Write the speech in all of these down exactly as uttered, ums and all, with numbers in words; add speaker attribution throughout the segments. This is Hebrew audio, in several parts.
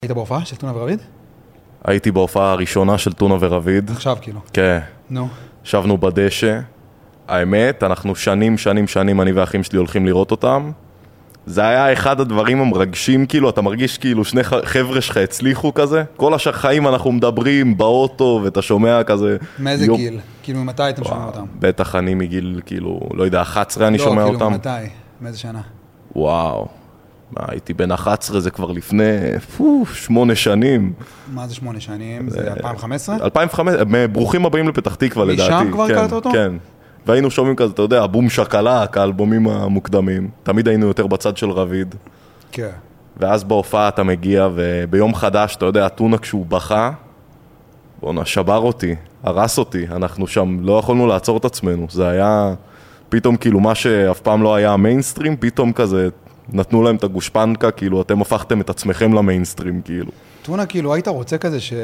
Speaker 1: היית בהופעה של טונה ורביד?
Speaker 2: הייתי בהופעה הראשונה של טונה ורביד.
Speaker 1: עכשיו כאילו.
Speaker 2: כן.
Speaker 1: נו.
Speaker 2: שבנו בדשא. האמת, אנחנו שנים, שנים, שנים, אני ואחים שלי הולכים לראות אותם. זה היה אחד הדברים המרגשים, כאילו, אתה מרגיש כאילו שני חבר'ה שלך הצליחו כזה. כל השאר חיים אנחנו מדברים באוטו, ואתה שומע כזה...
Speaker 1: מאיזה יופ... גיל? כאילו, ממתי אתם שומעים אותם?
Speaker 2: בטח אני מגיל, כאילו, לא יודע, אחת עשרה אני לא, שומע
Speaker 1: כאילו,
Speaker 2: אותם.
Speaker 1: לא, כאילו, ממתי? מאיזה שנה?
Speaker 2: וואו. הייתי בן אחת עשרה, זה כבר לפני, פו, שמונה שנים.
Speaker 1: מה זה שמונה שנים? זה אלפיים וחמש עשרה?
Speaker 2: אלפיים וחמש עשרה, ברוכים הבאים לפתח תקווה לדעתי.
Speaker 1: משם כבר קלט אותו?
Speaker 2: כן. והיינו שומעים כזה, אתה יודע, בום שקלק, האלבומים המוקדמים. תמיד היינו יותר בצד של רביד.
Speaker 1: כן.
Speaker 2: ואז בהופעה אתה מגיע, וביום חדש, אתה יודע, טונה כשהוא בכה, בוא'נה, שבר אותי, הרס אותי. אנחנו שם לא יכולנו לעצור את עצמנו. זה היה פתאום כאילו מה שאף פעם לא היה המיינסטרים, פתאום כזה... נתנו להם את הגושפנקה, כאילו, אתם הפכתם את עצמכם למיינסטרים, כאילו.
Speaker 1: טונה, כאילו, היית רוצה כזה ש...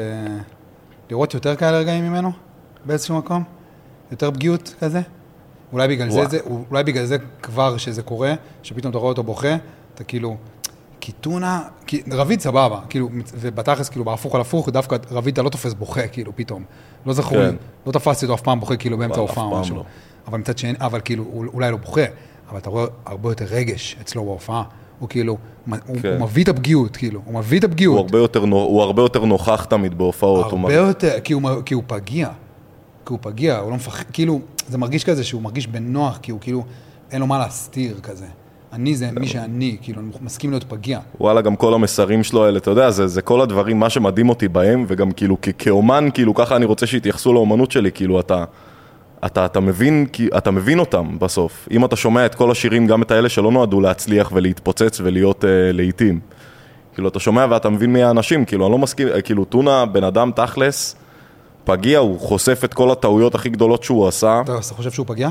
Speaker 1: לראות יותר כאלה רגעים ממנו? באיזשהו מקום? יותר פגיעות כזה? אולי בגלל זה, זה, אולי בגלל זה כבר שזה קורה, שפתאום אתה רואה אותו בוכה, אתה כאילו... כי טונה... כי רביד סבבה, כאילו, ובתכלס, כאילו, בהפוך על הפוך, דווקא רביד אתה לא תופס בוכה, כאילו, פתאום. לא זכור, כן. לא תפסתי אותו אף פעם בוכה, כאילו, באמצע ההופעה או משהו. לא. אבל מצד שני, אבל כאילו, אולי לא בוכה. אבל אתה רואה הרבה יותר רגש אצלו בהופעה. הוא כאילו, כן. הוא, הוא מביא את הפגיעות, כאילו, הוא מביא את הפגיעות.
Speaker 2: הוא הרבה יותר, הוא הרבה יותר נוכח תמיד בהופעות.
Speaker 1: הרבה יותר, כי הוא, כי הוא פגיע. כי הוא פגיע, הוא לא מפחד, כאילו, זה מרגיש כזה שהוא מרגיש בנוח, כי הוא כאילו, אין לו מה להסתיר כזה. אני זה מי שאני, כאילו, אני מסכים להיות פגיע.
Speaker 2: וואלה, גם כל המסרים שלו האלה, אתה יודע, זה, זה כל הדברים, מה שמדהים אותי בהם, וגם כאילו, כ- כאומן, כאילו, ככה אני רוצה שיתייחסו לאומנות שלי, כאילו, אתה... אתה, אתה מבין, אתה מבין אותם בסוף. אם אתה שומע את כל השירים, גם את האלה שלא נועדו להצליח ולהתפוצץ ולהיות uh, לעיתים. כאילו, אתה שומע ואתה מבין מי האנשים. כאילו, אני לא מסכים, כאילו, טונה, בן אדם תכלס, פגיע, הוא חושף את כל הטעויות הכי גדולות שהוא עשה.
Speaker 1: אתה חושב שהוא פגיע?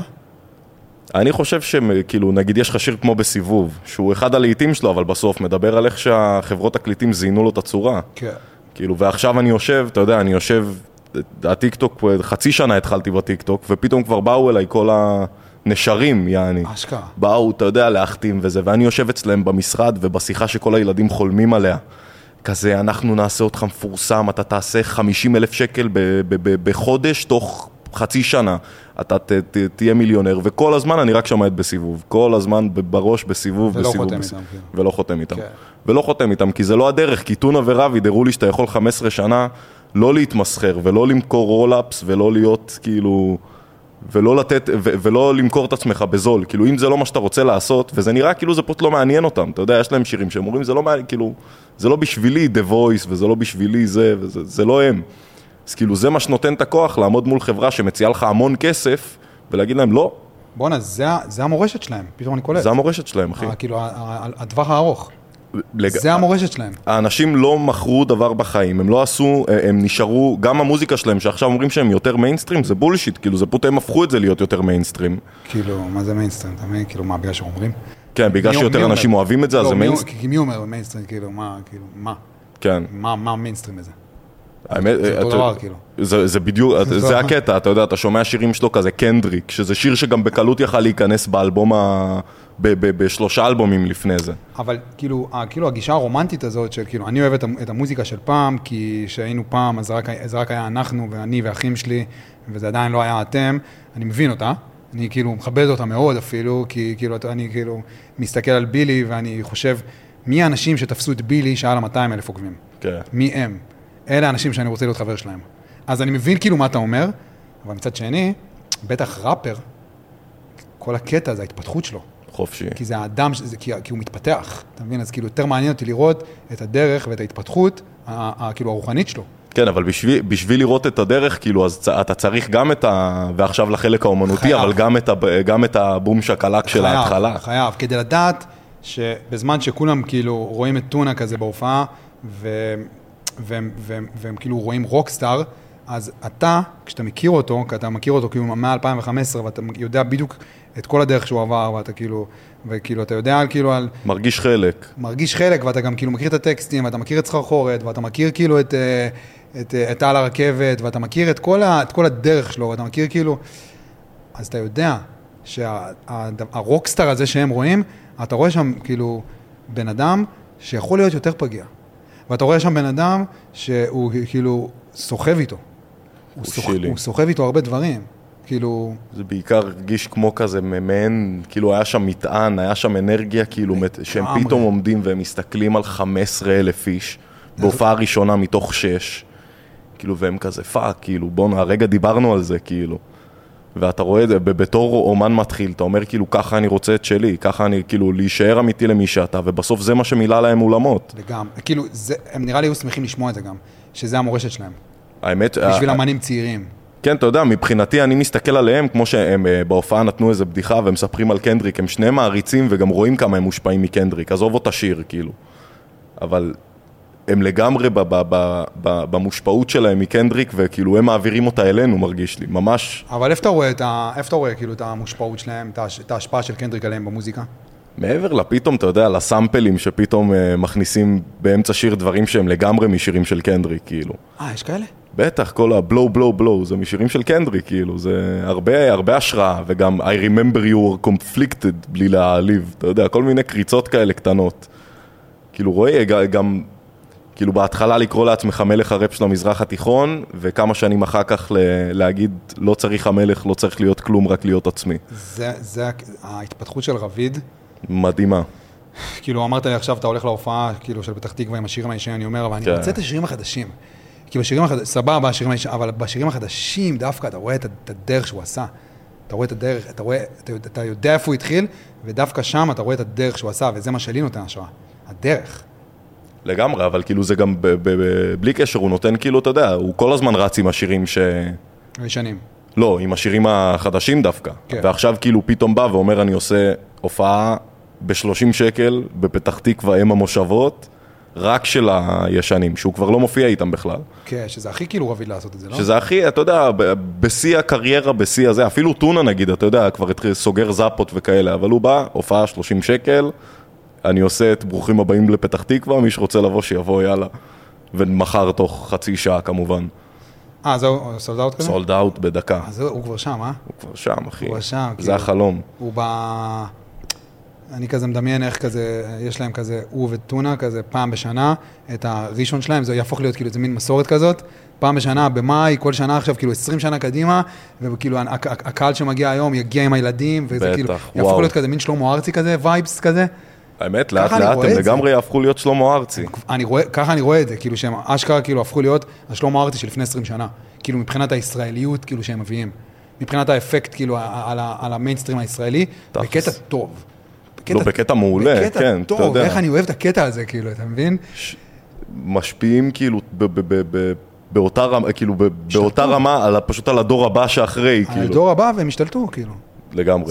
Speaker 2: אני חושב שכאילו, נגיד, יש לך שיר כמו בסיבוב, שהוא אחד הלעיתים שלו, אבל בסוף מדבר על איך שהחברות הקליטים זינו לו את הצורה. כן. כאילו, ועכשיו אני יושב, אתה יודע, אני יושב... הטיקטוק, חצי שנה התחלתי בטיקטוק, ופתאום כבר באו אליי כל הנשרים, יעני.
Speaker 1: אשכרה.
Speaker 2: באו, אתה יודע, להחתים וזה, ואני יושב אצלם במשרד, ובשיחה שכל הילדים חולמים עליה. כזה, אנחנו נעשה אותך מפורסם, אתה תעשה חמישים אלף שקל ב- ב- ב- בחודש, תוך חצי שנה. אתה ת- ת- תהיה מיליונר, וכל הזמן אני רק שומעת בסיבוב. כל הזמן בראש בסיבוב,
Speaker 1: ולא
Speaker 2: בסיבוב.
Speaker 1: חותם
Speaker 2: בסיבוב.
Speaker 1: איתם.
Speaker 2: ולא חותם איתם.
Speaker 1: כן.
Speaker 2: ולא חותם איתם, כי זה לא הדרך, כי טונה ורביד הראו לי שאתה יכול חמש עשרה שנה לא להתמסחר, ולא למכור רולאפס, ולא להיות כאילו, ולא לתת, ו- ולא למכור את עצמך בזול. כאילו, אם זה לא מה שאתה רוצה לעשות, וזה נראה כאילו זה פשוט לא מעניין אותם. אתה יודע, יש להם שירים שהם אומרים, זה לא מעניין, כאילו, זה לא בשבילי The Voice, וזה לא בשבילי זה, וזה, זה לא הם. אז כאילו, זה מה שנותן את הכוח לעמוד מול חברה שמציעה לך המון כסף, ולהגיד להם, לא.
Speaker 1: בוא'נה, זה, זה המורשת שלהם, פתאום אני קולט.
Speaker 2: זה המורשת שלהם, אחי.
Speaker 1: כאילו, הטווח הארוך. לג... זה המורשת שלהם.
Speaker 2: האנשים לא מכרו דבר בחיים, הם לא עשו, הם נשארו, גם המוזיקה שלהם שעכשיו אומרים שהם יותר מיינסטרים, זה בולשיט, כאילו זה פשוט הם הפכו את זה להיות יותר מיינסטרים.
Speaker 1: כאילו, מה זה מיינסטרים? אתה מבין? כאילו, מה, בגלל שאומרים?
Speaker 2: כן, בגלל שיותר אנשים אוהבים את זה, אז זה מיינסטרים.
Speaker 1: כי מי אומר מיינסטרים, כאילו, מה, כאילו, מה?
Speaker 2: כן.
Speaker 1: מה, מה המיינסטרים הזה?
Speaker 2: האמת,
Speaker 1: זה אותו דבר, כאילו.
Speaker 2: זה, זה בדיוק, זה הקטע, אתה יודע, אתה שומע שירים שלו כזה קנדריק, שזה שיר שגם בקלות יכל להיכנס באלבום ה... ב- ב- בשלושה אלבומים לפני זה.
Speaker 1: אבל כאילו, כאילו הגישה הרומנטית הזאת של כאילו, אני אוהב את המוזיקה של פעם, כי שהיינו פעם, אז רק, אז רק היה אנחנו ואני ואחים שלי, וזה עדיין לא היה אתם, אני מבין אותה, אני כאילו מכבד אותה מאוד אפילו, כי כאילו, אני כאילו מסתכל על בילי, ואני חושב, מי האנשים שתפסו את בילי שהיה לה מאתיים אלף עוקבים?
Speaker 2: כן.
Speaker 1: מי הם? אלה האנשים שאני רוצה להיות חבר שלהם. אז אני מבין כאילו מה אתה אומר, אבל מצד שני, בטח ראפר, כל הקטע זה ההתפתחות שלו.
Speaker 2: חופשי.
Speaker 1: כי זה האדם, כי, כי הוא מתפתח, אתה מבין? אז כאילו יותר מעניין אותי לראות את הדרך ואת ההתפתחות, כאילו הרוחנית שלו.
Speaker 2: כן, אבל בשביל, בשביל לראות את הדרך, כאילו, אז אתה צריך גם את ה... ועכשיו לחלק האומנותי, חייב. אבל גם את, ה, גם את הבום שקלק של ההתחלה.
Speaker 1: חייב, כדי לדעת שבזמן שכולם כאילו רואים את טונה כזה בהופעה, ו, והם, והם, והם כאילו רואים רוקסטאר, אז אתה, כשאתה מכיר אותו, כי אתה מכיר אותו כאילו מ-אלפיים וחמש עשרה, ואתה יודע בדיוק את כל הדרך שהוא עבר, ואתה כאילו, וכאילו, אתה יודע כאילו על...
Speaker 2: מרגיש חלק.
Speaker 1: מרגיש חלק, ואתה גם כאילו מכיר את הטקסטים, ואתה מכיר את סחרחורת, ואתה מכיר כאילו את, את, את על הרכבת, ואתה מכיר את כל, ה, את כל הדרך שלו, ואתה מכיר כאילו... אז אתה יודע שהרוקסטאר הזה שהם רואים, אתה רואה שם כאילו בן אדם שיכול להיות יותר פגיע. ואתה רואה שם בן אדם שהוא כאילו סוחב איתו. הוא, סוח, הוא סוחב איתו הרבה דברים. כאילו...
Speaker 2: זה בעיקר הרגיש כמו כזה מעין, כאילו היה שם מטען, היה שם אנרגיה, כאילו שהם פתאום עומדים והם מסתכלים על חמישה עשר אלף איש, בהופעה ראשונה מתוך שש, כאילו והם כזה פאק, כאילו בוא, הרגע דיברנו על זה, כאילו. ואתה רואה את זה, בתור אומן מתחיל, אתה אומר כאילו ככה אני רוצה את שלי, ככה אני כאילו להישאר אמיתי למי שאתה, ובסוף זה מה שמילא להם אולמות.
Speaker 1: לגמרי, כאילו זה, הם נראה לי היו שמחים לשמוע את זה גם, שזה המורשת שלהם.
Speaker 2: האמת...
Speaker 1: בשביל אמנים צעירים.
Speaker 2: כן, אתה יודע, מבחינתי אני מסתכל עליהם, כמו שהם בהופעה נתנו איזה בדיחה והם מספרים על קנדריק, הם שני מעריצים וגם רואים כמה הם מושפעים מקנדריק, עזוב אותה שיר, כאילו. אבל הם לגמרי ב- ב- ב- ב- במושפעות שלהם מקנדריק, וכאילו הם מעבירים אותה אלינו, מרגיש לי, ממש.
Speaker 1: אבל איפה אתה רואה, את ה... איפה אתה רואה כאילו את המושפעות שלהם, את, הש... את ההשפעה של קנדריק עליהם במוזיקה?
Speaker 2: מעבר לפתאום, אתה יודע, לסמפלים שפתאום uh, מכניסים באמצע שיר דברים שהם לגמרי משירים של קנדריק, כאילו.
Speaker 1: אה, יש כאלה?
Speaker 2: בטח, כל ה-blow, blow, blow, זה משירים של קנדריק, כאילו, זה הרבה, הרבה השראה, וגם I remember you were conflicted, בלי להעליב, אתה יודע, כל מיני קריצות כאלה קטנות. כאילו, רואה, גם, כאילו, בהתחלה לקרוא לעצמך מלך הראפ של המזרח התיכון, וכמה שנים אחר כך להגיד, לא צריך המלך, לא צריך להיות כלום, רק להיות עצמי.
Speaker 1: זה, זה ההתפתחות של רביד.
Speaker 2: מדהימה.
Speaker 1: כאילו, אמרת לי עכשיו, אתה הולך להופעה, כאילו, של פתח תקווה עם השירים הישנים, אני אומר, אבל אני רוצה את השירים החדשים. כי בשירים החדשים, סבבה, השירים הישנים, אבל בשירים החדשים דווקא אתה רואה את הדרך שהוא עשה. אתה רואה את הדרך, אתה רואה, אתה יודע איפה הוא התחיל, ודווקא שם אתה רואה את הדרך שהוא עשה, וזה מה שלי נותן השראה. הדרך.
Speaker 2: לגמרי, אבל כאילו זה גם בלי קשר, הוא נותן כאילו, אתה יודע, הוא כל הזמן רץ עם השירים ש...
Speaker 1: הישנים.
Speaker 2: לא, עם השירים החדשים דווקא. ועכשיו כאילו פתאום בא ואומר, אני עושה הופעה ב-שלושים שקל, בפתח תקווה עם המושבות, רק של הישנים, שהוא כבר לא מופיע איתם בכלל.
Speaker 1: כן, שזה הכי כאילו רביד לעשות את זה, לא?
Speaker 2: שזה הכי, אתה יודע, בשיא הקריירה, בשיא הזה, אפילו טונה נגיד, אתה יודע, כבר סוגר זאפות וכאלה, אבל הוא בא, הופעה שלושים שקל, אני עושה את ברוכים הבאים לפתח תקווה, מי שרוצה לבוא שיבוא, יאללה. ומחר תוך חצי שעה כמובן.
Speaker 1: אה, זהו, סולד אאוט כזה?
Speaker 2: סולד אאוט בדקה.
Speaker 1: אז הוא כבר שם, אה?
Speaker 2: הוא כבר שם, אחי.
Speaker 1: הוא כבר שם.
Speaker 2: זה החלום.
Speaker 1: הוא בא... אני כזה מדמיין איך כזה, יש להם כזה, הוא וטונה כזה פעם בשנה, את הראשון שלהם, זה יהפוך להיות כאילו, זה מין מסורת כזאת, פעם בשנה, במאי, כל שנה עכשיו, כאילו עשרים שנה קדימה, וכאילו הקהל שמגיע היום יגיע עם הילדים, וזה כאילו, יהפוך להיות כזה מין שלמה ארצי כזה, וייבס כזה.
Speaker 2: האמת, לאט לאט הם לגמרי יהפכו להיות שלמה ארצי.
Speaker 1: ככה אני רואה את זה, כאילו שהם אשכרה כאילו הפכו להיות השלמה ארצי של לפני עשרים שנה, כאילו מבחינת הישראליות כאילו שהם מביאים, מבחינת האפקט כאילו על המיינסטרים הישראלי, בקטע טוב.
Speaker 2: לא, בקטע מעולה, כן,
Speaker 1: אתה יודע. איך אני אוהב את הקטע הזה, כאילו, אתה מבין?
Speaker 2: משפיעים כאילו באותה רמה, כאילו באותה רמה, פשוט על הדור הבא שאחרי, כאילו.
Speaker 1: על הדור הבא והם השתלטו, כאילו.
Speaker 2: לגמרי.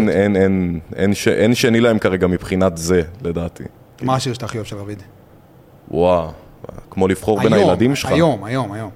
Speaker 2: אין שני להם כרגע מבחינת זה, לדעתי.
Speaker 1: מה השיר שאתה הכי אוהב של רביד?
Speaker 2: וואו, כמו לבחור בין הילדים שלך.
Speaker 1: היום, היום, היום.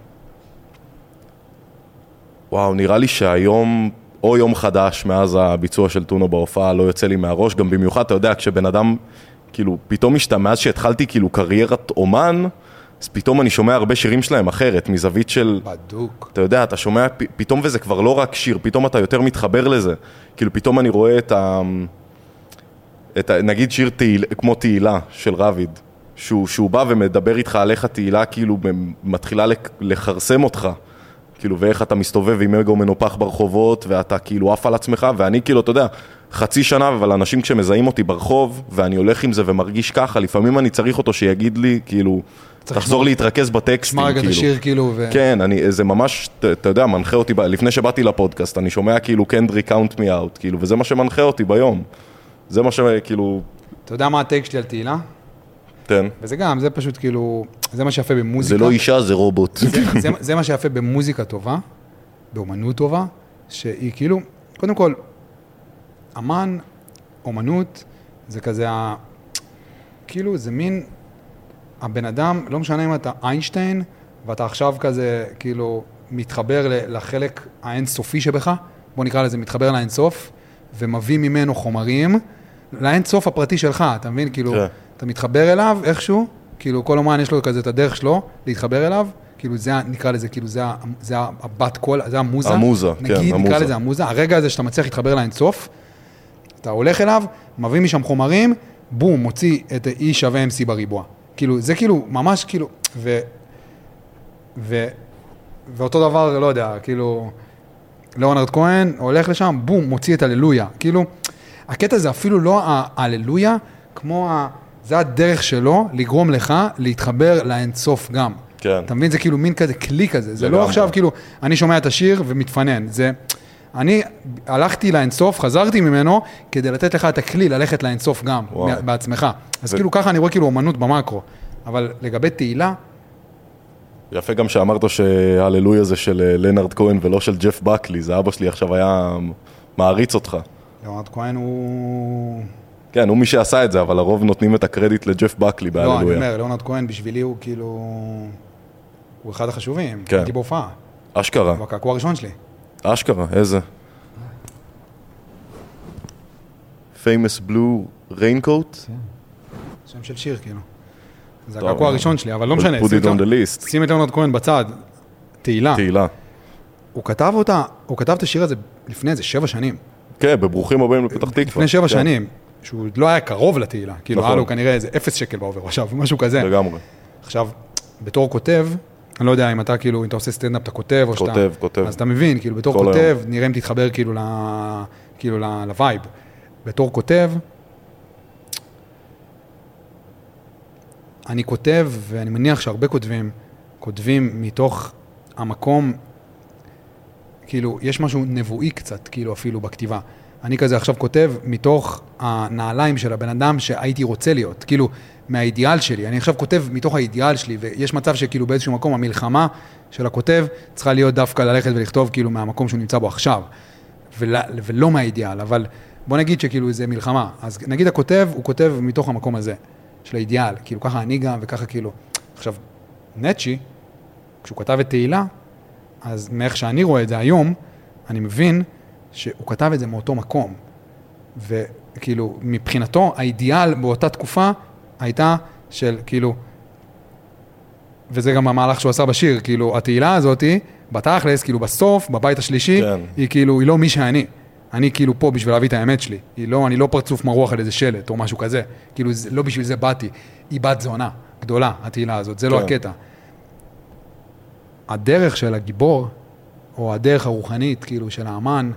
Speaker 2: וואו, נראה לי שהיום... או יום חדש מאז הביצוע של טונו בהופעה, לא יוצא לי מהראש, גם במיוחד, אתה יודע, כשבן אדם, כאילו, פתאום השתמע, מאז שהתחלתי, כאילו, קריירת אומן, אז פתאום אני שומע הרבה שירים שלהם אחרת, מזווית של...
Speaker 1: בדוק.
Speaker 2: אתה יודע, אתה שומע, פתאום וזה כבר לא רק שיר, פתאום אתה יותר מתחבר לזה. כאילו, פתאום אני רואה את ה... את ה... נגיד שיר תהיל... כמו תהילה של רביד, שהוא, שהוא בא ומדבר איתך על איך התהילה, כאילו, מתחילה לחרסם אותך. כאילו, ואיך אתה מסתובב עם אגו מנופח ברחובות, ואתה כאילו עף על עצמך, ואני כאילו, אתה יודע, חצי שנה, אבל אנשים כשמזהים אותי ברחוב, ואני הולך עם זה ומרגיש ככה, לפעמים אני צריך אותו שיגיד לי, כאילו, תחזור להתרכז בטקסטים,
Speaker 1: שמע רגע את השיר, כאילו, ו...
Speaker 2: כן, אני, זה ממש, אתה יודע, מנחה אותי, לפני שבאתי לפודקאסט, אני שומע כאילו, קנדריק, count me out, כאילו, וזה מה שמנחה אותי ביום. זה מה שכאילו...
Speaker 1: אתה יודע מה הטייק שלי על תהילה?
Speaker 2: כן.
Speaker 1: וזה גם, זה פשוט כאילו, זה מה שיפה במוזיקה.
Speaker 2: זה לא אישה, זה רובוט.
Speaker 1: זה, זה, זה מה שיפה במוזיקה טובה, באומנות טובה, שהיא כאילו, קודם כל, אמן, אומנות, זה כזה, ה, כאילו, זה מין, הבן אדם, לא משנה אם אתה איינשטיין, ואתה עכשיו כזה, כאילו, מתחבר לחלק האינסופי שבך, בוא נקרא לזה, מתחבר לאינסוף, ומביא ממנו חומרים, לאינסוף הפרטי שלך, אתה מבין? כאילו, yeah. אתה מתחבר אליו איכשהו, כאילו כל אומן יש לו כזה את הדרך שלו להתחבר אליו, כאילו זה נקרא לזה, כאילו זה, זה הבת קול, זה המוזה.
Speaker 2: המוזה,
Speaker 1: נגיד,
Speaker 2: כן,
Speaker 1: נקרא
Speaker 2: המוזה.
Speaker 1: לזה המוזה. הרגע הזה שאתה מצליח להתחבר לאינסוף, אתה הולך אליו, מביא משם חומרים, בום, מוציא את E שווה M C בריבוע. כאילו, זה כאילו, ממש כאילו, ו... ו... ואותו דבר, לא יודע, כאילו, ליאונרד כהן הולך לשם, בום, מוציא את הללויה. כאילו, הקטע זה אפילו לא הללויה, כמו ה... זה הדרך שלו לגרום לך להתחבר לאינסוף גם.
Speaker 2: כן.
Speaker 1: אתה מבין? זה כאילו מין כזה קלי כזה. זה לא עכשיו כאילו, אני שומע את השיר ומתפנן. זה, אני הלכתי לאינסוף, חזרתי ממנו, כדי לתת לך את הכלי, ללכת לאינסוף גם, וואו. בעצמך. אז ו... כאילו ככה אני רואה כאילו אומנות במקרו. אבל לגבי תהילה...
Speaker 2: יפה גם שאמרת שהללויה זה של לנארד כהן ולא של ג'ף בקלי. זה אבא שלי עכשיו היה מעריץ אותך.
Speaker 1: ליאונרד כהן הוא...
Speaker 2: כן, הוא מי שעשה את זה, אבל הרוב נותנים את הקרדיט לג'ף בקלי בהללויה.
Speaker 1: לא, אני אומר, ליאונרד כהן בשבילי הוא כאילו... הוא אחד החשובים.
Speaker 2: כן.
Speaker 1: הייתי בהופעה.
Speaker 2: אשכרה.
Speaker 1: הוא הקעקוע הראשון שלי.
Speaker 2: אשכרה, איזה? famous blue raincoat?
Speaker 1: כן. שם של שיר, כאילו. זה הקעקוע הראשון שלי, אבל לא משנה.
Speaker 2: put it on the list.
Speaker 1: שים את ליאונרד כהן בצד. תהילה.
Speaker 2: תהילה.
Speaker 1: הוא כתב אותה, הוא כתב את השיר הזה לפני איזה שבע שנים.
Speaker 2: כן, בברוכים הבאים לפתח תקווה.
Speaker 1: לפני שבע שנים. שהוא לא היה קרוב לתהילה, כאילו היה לו כנראה איזה אפס שקל בעובר, עכשיו, משהו כזה.
Speaker 2: לגמרי.
Speaker 1: עכשיו, בתור כותב, אני לא יודע אם אתה כאילו, אם אתה עושה סטנדאפ, אתה כותב או שאתה...
Speaker 2: כותב, כותב.
Speaker 1: אז אתה מבין, כאילו, בתור כותב, נראה אם תתחבר כאילו ל... כאילו לווייב. בתור כותב, אני כותב, ואני מניח שהרבה כותבים, כותבים מתוך המקום, כאילו, יש משהו נבואי קצת, כאילו, אפילו בכתיבה. אני כזה עכשיו כותב מתוך הנעליים של הבן אדם שהייתי רוצה להיות, כאילו מהאידיאל שלי. אני עכשיו כותב מתוך האידיאל שלי, ויש מצב שכאילו באיזשהו מקום המלחמה של הכותב צריכה להיות דווקא ללכת ולכתוב כאילו מהמקום שהוא נמצא בו עכשיו, ולא, ולא מהאידיאל, אבל בוא נגיד שכאילו זה מלחמה. אז נגיד הכותב, הוא כותב מתוך המקום הזה, של האידיאל, כאילו ככה אני גם וככה כאילו. עכשיו, נצ'י, כשהוא כתב את תהילה, אז מאיך שאני רואה את זה היום, אני מבין שהוא כתב את זה מאותו מקום, וכאילו, מבחינתו, האידיאל באותה תקופה הייתה של, כאילו, וזה גם המהלך שהוא עשה בשיר, כאילו, התהילה הזאת, בתכלס, כאילו, בסוף, בבית השלישי, כן. היא כאילו, היא לא מי שאני. אני כאילו פה בשביל להביא את האמת שלי. היא לא, אני לא פרצוף מרוח על איזה שלט או משהו כזה. כאילו, זה, לא בשביל זה באתי. היא בת זונה, גדולה, התהילה הזאת. זה כן. לא הקטע. הדרך של הגיבור, או הדרך הרוחנית, כאילו, של האמן,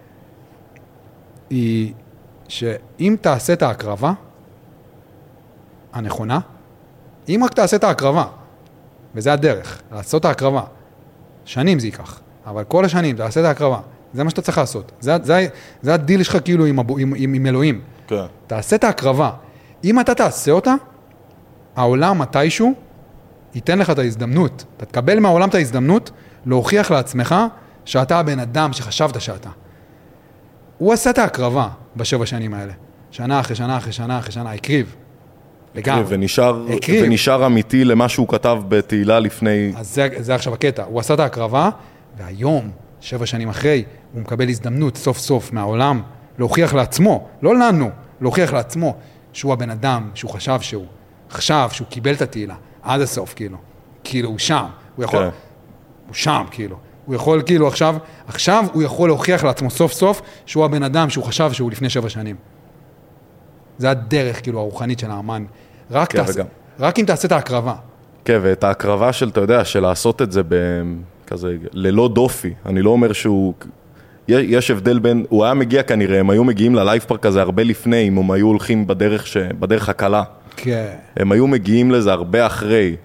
Speaker 1: היא שאם תעשה את ההקרבה הנכונה, אם רק תעשה את ההקרבה, וזה הדרך, לעשות את ההקרבה, שנים זה ייקח, אבל כל השנים תעשה את ההקרבה, זה מה שאתה צריך לעשות, זה, זה, זה הדיל שלך כאילו עם, עם, עם, עם אלוהים,
Speaker 2: כן.
Speaker 1: תעשה את ההקרבה, אם אתה תעשה אותה, העולם מתישהו ייתן לך את ההזדמנות, אתה תקבל מהעולם את ההזדמנות להוכיח לעצמך שאתה הבן אדם שחשבת שאתה. הוא עשה את ההקרבה בשבע שנים האלה. שנה אחרי שנה אחרי שנה אחרי שנה, הקריב.
Speaker 2: הקריב, ונשאר, ונשאר אמיתי למה שהוא כתב בתהילה לפני...
Speaker 1: אז זה, זה עכשיו הקטע. הוא עשה את ההקרבה, והיום, שבע שנים אחרי, הוא מקבל הזדמנות סוף סוף מהעולם, להוכיח לעצמו, לא לנו, להוכיח לעצמו, שהוא הבן אדם, שהוא חשב שהוא, חשב שהוא קיבל את התהילה, עד הסוף, כאילו. כאילו, הוא שם. הוא יכול... כן. הוא שם, כאילו. הוא יכול כאילו עכשיו, עכשיו הוא יכול להוכיח לעצמו סוף סוף שהוא הבן אדם שהוא חשב שהוא לפני שבע שנים. זה הדרך כאילו הרוחנית של האמן. רק,
Speaker 2: כן,
Speaker 1: תעשה, רק אם תעשה את ההקרבה.
Speaker 2: כן, ואת ההקרבה של, אתה יודע, של לעשות את זה בכזה, ללא דופי. אני לא אומר שהוא... יש הבדל בין... הוא היה מגיע כנראה, הם היו מגיעים ללייב פארק הזה הרבה לפני, אם הם היו הולכים בדרך, ש... בדרך הקלה.
Speaker 1: כן.
Speaker 2: הם היו מגיעים לזה הרבה אחרי.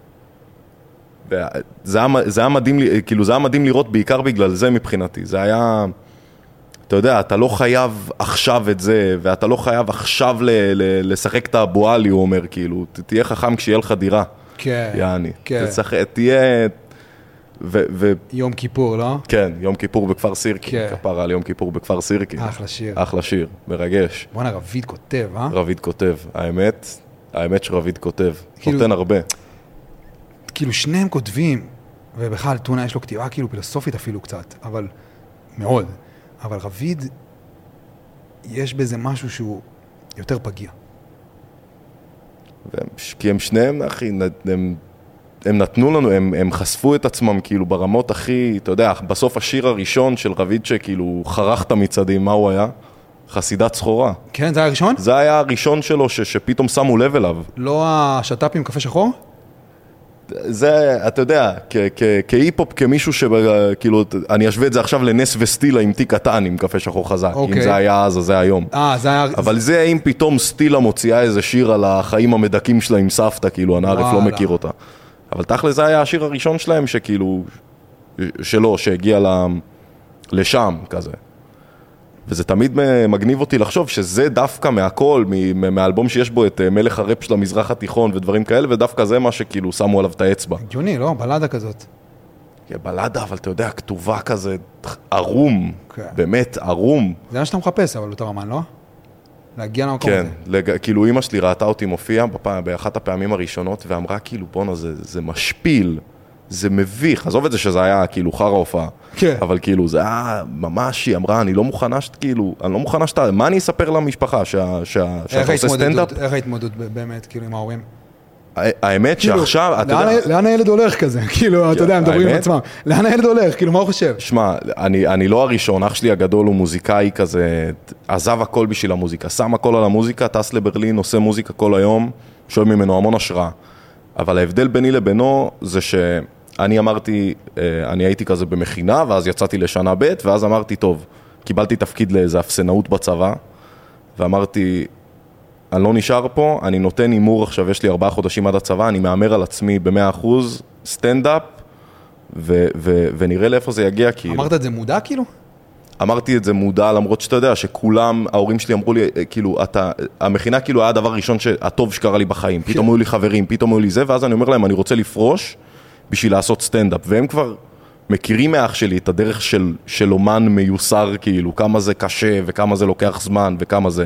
Speaker 2: זה היה, זה היה מדהים, כאילו זה היה מדהים לראות בעיקר בגלל זה מבחינתי. זה היה, אתה יודע, אתה לא חייב עכשיו את זה, ואתה לא חייב עכשיו ל, ל, לשחק את הבואלי, הוא אומר, כאילו, תהיה חכם כשיהיה לך דירה.
Speaker 1: כן.
Speaker 2: יעני.
Speaker 1: כן.
Speaker 2: תשחק, תהיה... ו, ו...
Speaker 1: יום כיפור, לא?
Speaker 2: כן, יום כיפור בכפר סירקין.
Speaker 1: כן.
Speaker 2: כפרה על יום כיפור בכפר סירקין.
Speaker 1: אחלה שיר.
Speaker 2: אחלה שיר, מרגש.
Speaker 1: בוא'נה, רביד כותב, אה?
Speaker 2: רביד כותב. האמת, האמת שרביד כותב.
Speaker 1: כאילו...
Speaker 2: נותן הרבה.
Speaker 1: כאילו שניהם כותבים, ובכלל טונה יש לו כתיבה כאילו פילוסופית אפילו קצת, אבל מאוד. אבל רביד, יש בזה משהו שהוא יותר פגיע.
Speaker 2: כי הם שניהם, אחי, הם, הם נתנו לנו, הם, הם חשפו את עצמם כאילו ברמות הכי, אתה יודע, בסוף השיר הראשון של רביד שכאילו חרחת מצדים, מה הוא היה? חסידת סחורה.
Speaker 1: כן, זה היה הראשון?
Speaker 2: זה היה הראשון שלו ש, שפתאום שמו לב אליו.
Speaker 1: לא השטאפ עם קפה שחור?
Speaker 2: זה, אתה יודע, כהיפ-הופ, כמישהו שכאילו, אני אשווה את זה עכשיו לנס וסטילה עם תיק קטן עם קפה שחור חזק.
Speaker 1: אוקיי.
Speaker 2: אם זה היה אז, אז זה היום.
Speaker 1: אה, זה היה...
Speaker 2: אבל זה אם פתאום סטילה מוציאה איזה שיר על החיים המדקים שלה עם סבתא, כאילו, אני ערף לא מכיר אותה. אבל תכל'ס זה היה השיר הראשון שלהם שכאילו, שלו, שהגיע לשם כזה. וזה תמיד מגניב אותי לחשוב שזה דווקא מהכל, מהאלבום שיש בו את מלך הראפ של המזרח התיכון ודברים כאלה, ודווקא זה מה שכאילו שמו עליו את האצבע.
Speaker 1: הגיוני, לא? בלדה כזאת.
Speaker 2: בלדה, אבל אתה יודע, כתובה כזה ערום, באמת ערום.
Speaker 1: זה מה שאתה מחפש, אבל יותר אמן, לא? להגיע למקום הזה.
Speaker 2: כן, כאילו אמא שלי ראתה אותי מופיע באחת הפעמים הראשונות, ואמרה כאילו, בונה, זה משפיל. זה מביך, עזוב את זה שזה היה כאילו חרא הופעה,
Speaker 1: כן.
Speaker 2: אבל כאילו זה היה ממש, היא אמרה, אני לא מוכנה שאת כאילו, אני לא מוכנה שאתה, מה אני אספר למשפחה, שאתה עושה סטנדאפ?
Speaker 1: איך ההתמודדות באמת, כאילו, עם ההורים?
Speaker 2: האמת שעכשיו, אתה יודע...
Speaker 1: לאן הילד הולך כזה? כאילו, אתה יודע, הם מדברים עם עצמם. לאן הילד הולך? כאילו, מה הוא חושב?
Speaker 2: שמע, אני לא הראשון, אח שלי הגדול הוא מוזיקאי כזה, עזב הכל בשביל המוזיקה, שם הכל על המוזיקה, טס לברלין, עושה מוזיקה כל היום, שואב ממנו המון השראה. אבל ההבדל ביני לבינו זה ש... אני אמרתי, אני הייתי כזה במכינה, ואז יצאתי לשנה ב', ואז אמרתי, טוב, קיבלתי תפקיד לאיזה אפסנאות בצבא, ואמרתי, אני לא נשאר פה, אני נותן אימור עכשיו, יש לי ארבעה חודשים עד הצבא, אני מאמר על עצמי במאה אחוז, סטנדאפ, ו- ו- ונראה לאיפה זה יגיע, כאילו.
Speaker 1: אמרת את זה מודע, כאילו?
Speaker 2: אמרתי את זה מודע, למרות שאתה יודע, שכולם, ההורים שלי אמרו לי, כאילו, אתה, המכינה כאילו היה הדבר הראשון שהטוב שקרה לי בחיים, פתאום היו לי חברים, פתאום היו לי זה, ואז אני אומר להם, אני רוצה לפרוש, בשביל לעשות סטנדאפ, והם כבר מכירים מאח שלי את הדרך של, של אומן מיוסר, כאילו, כמה זה קשה, וכמה זה לוקח זמן, וכמה זה.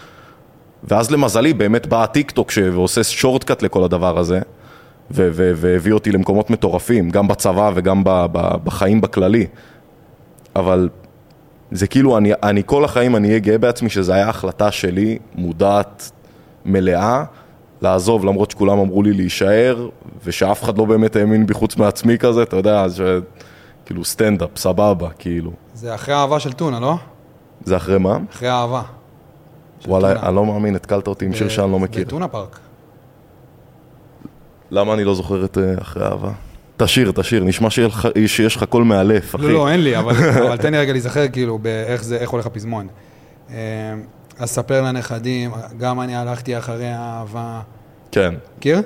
Speaker 2: ואז למזלי, באמת בא הטיק-טוק ועושה שורטקאט לכל הדבר הזה, ו- ו- והביא אותי למקומות מטורפים, גם בצבא וגם ב- ב- בחיים בכללי. אבל זה כאילו, אני, אני כל החיים אני אהיה גאה בעצמי, שזו היה החלטה שלי, מודעת, מלאה, לעזוב, למרות שכולם אמרו לי להישאר, ושאף אחד לא באמת האמין בי חוץ מעצמי כזה, אתה יודע, ש... כאילו סטנדאפ, סבבה, כאילו.
Speaker 1: זה אחרי האהבה של טונה, לא?
Speaker 2: זה אחרי מה?
Speaker 1: אחרי האהבה.
Speaker 2: וואלה, אני לא מאמין, התקלת אותי עם שיר שאני לא מכיר.
Speaker 1: בטונה פארק.
Speaker 2: למה אני לא זוכר את אחרי האהבה? תשיר, תשיר, נשמע שיש לך קול מאלף, אחי.
Speaker 1: לא, לא, אין לי, אבל תן לי רגע להיזכר, כאילו, איך הולך הפזמון. אז ספר לנכדים, גם אני הלכתי אחרי האהבה.
Speaker 2: כן.
Speaker 1: מכיר?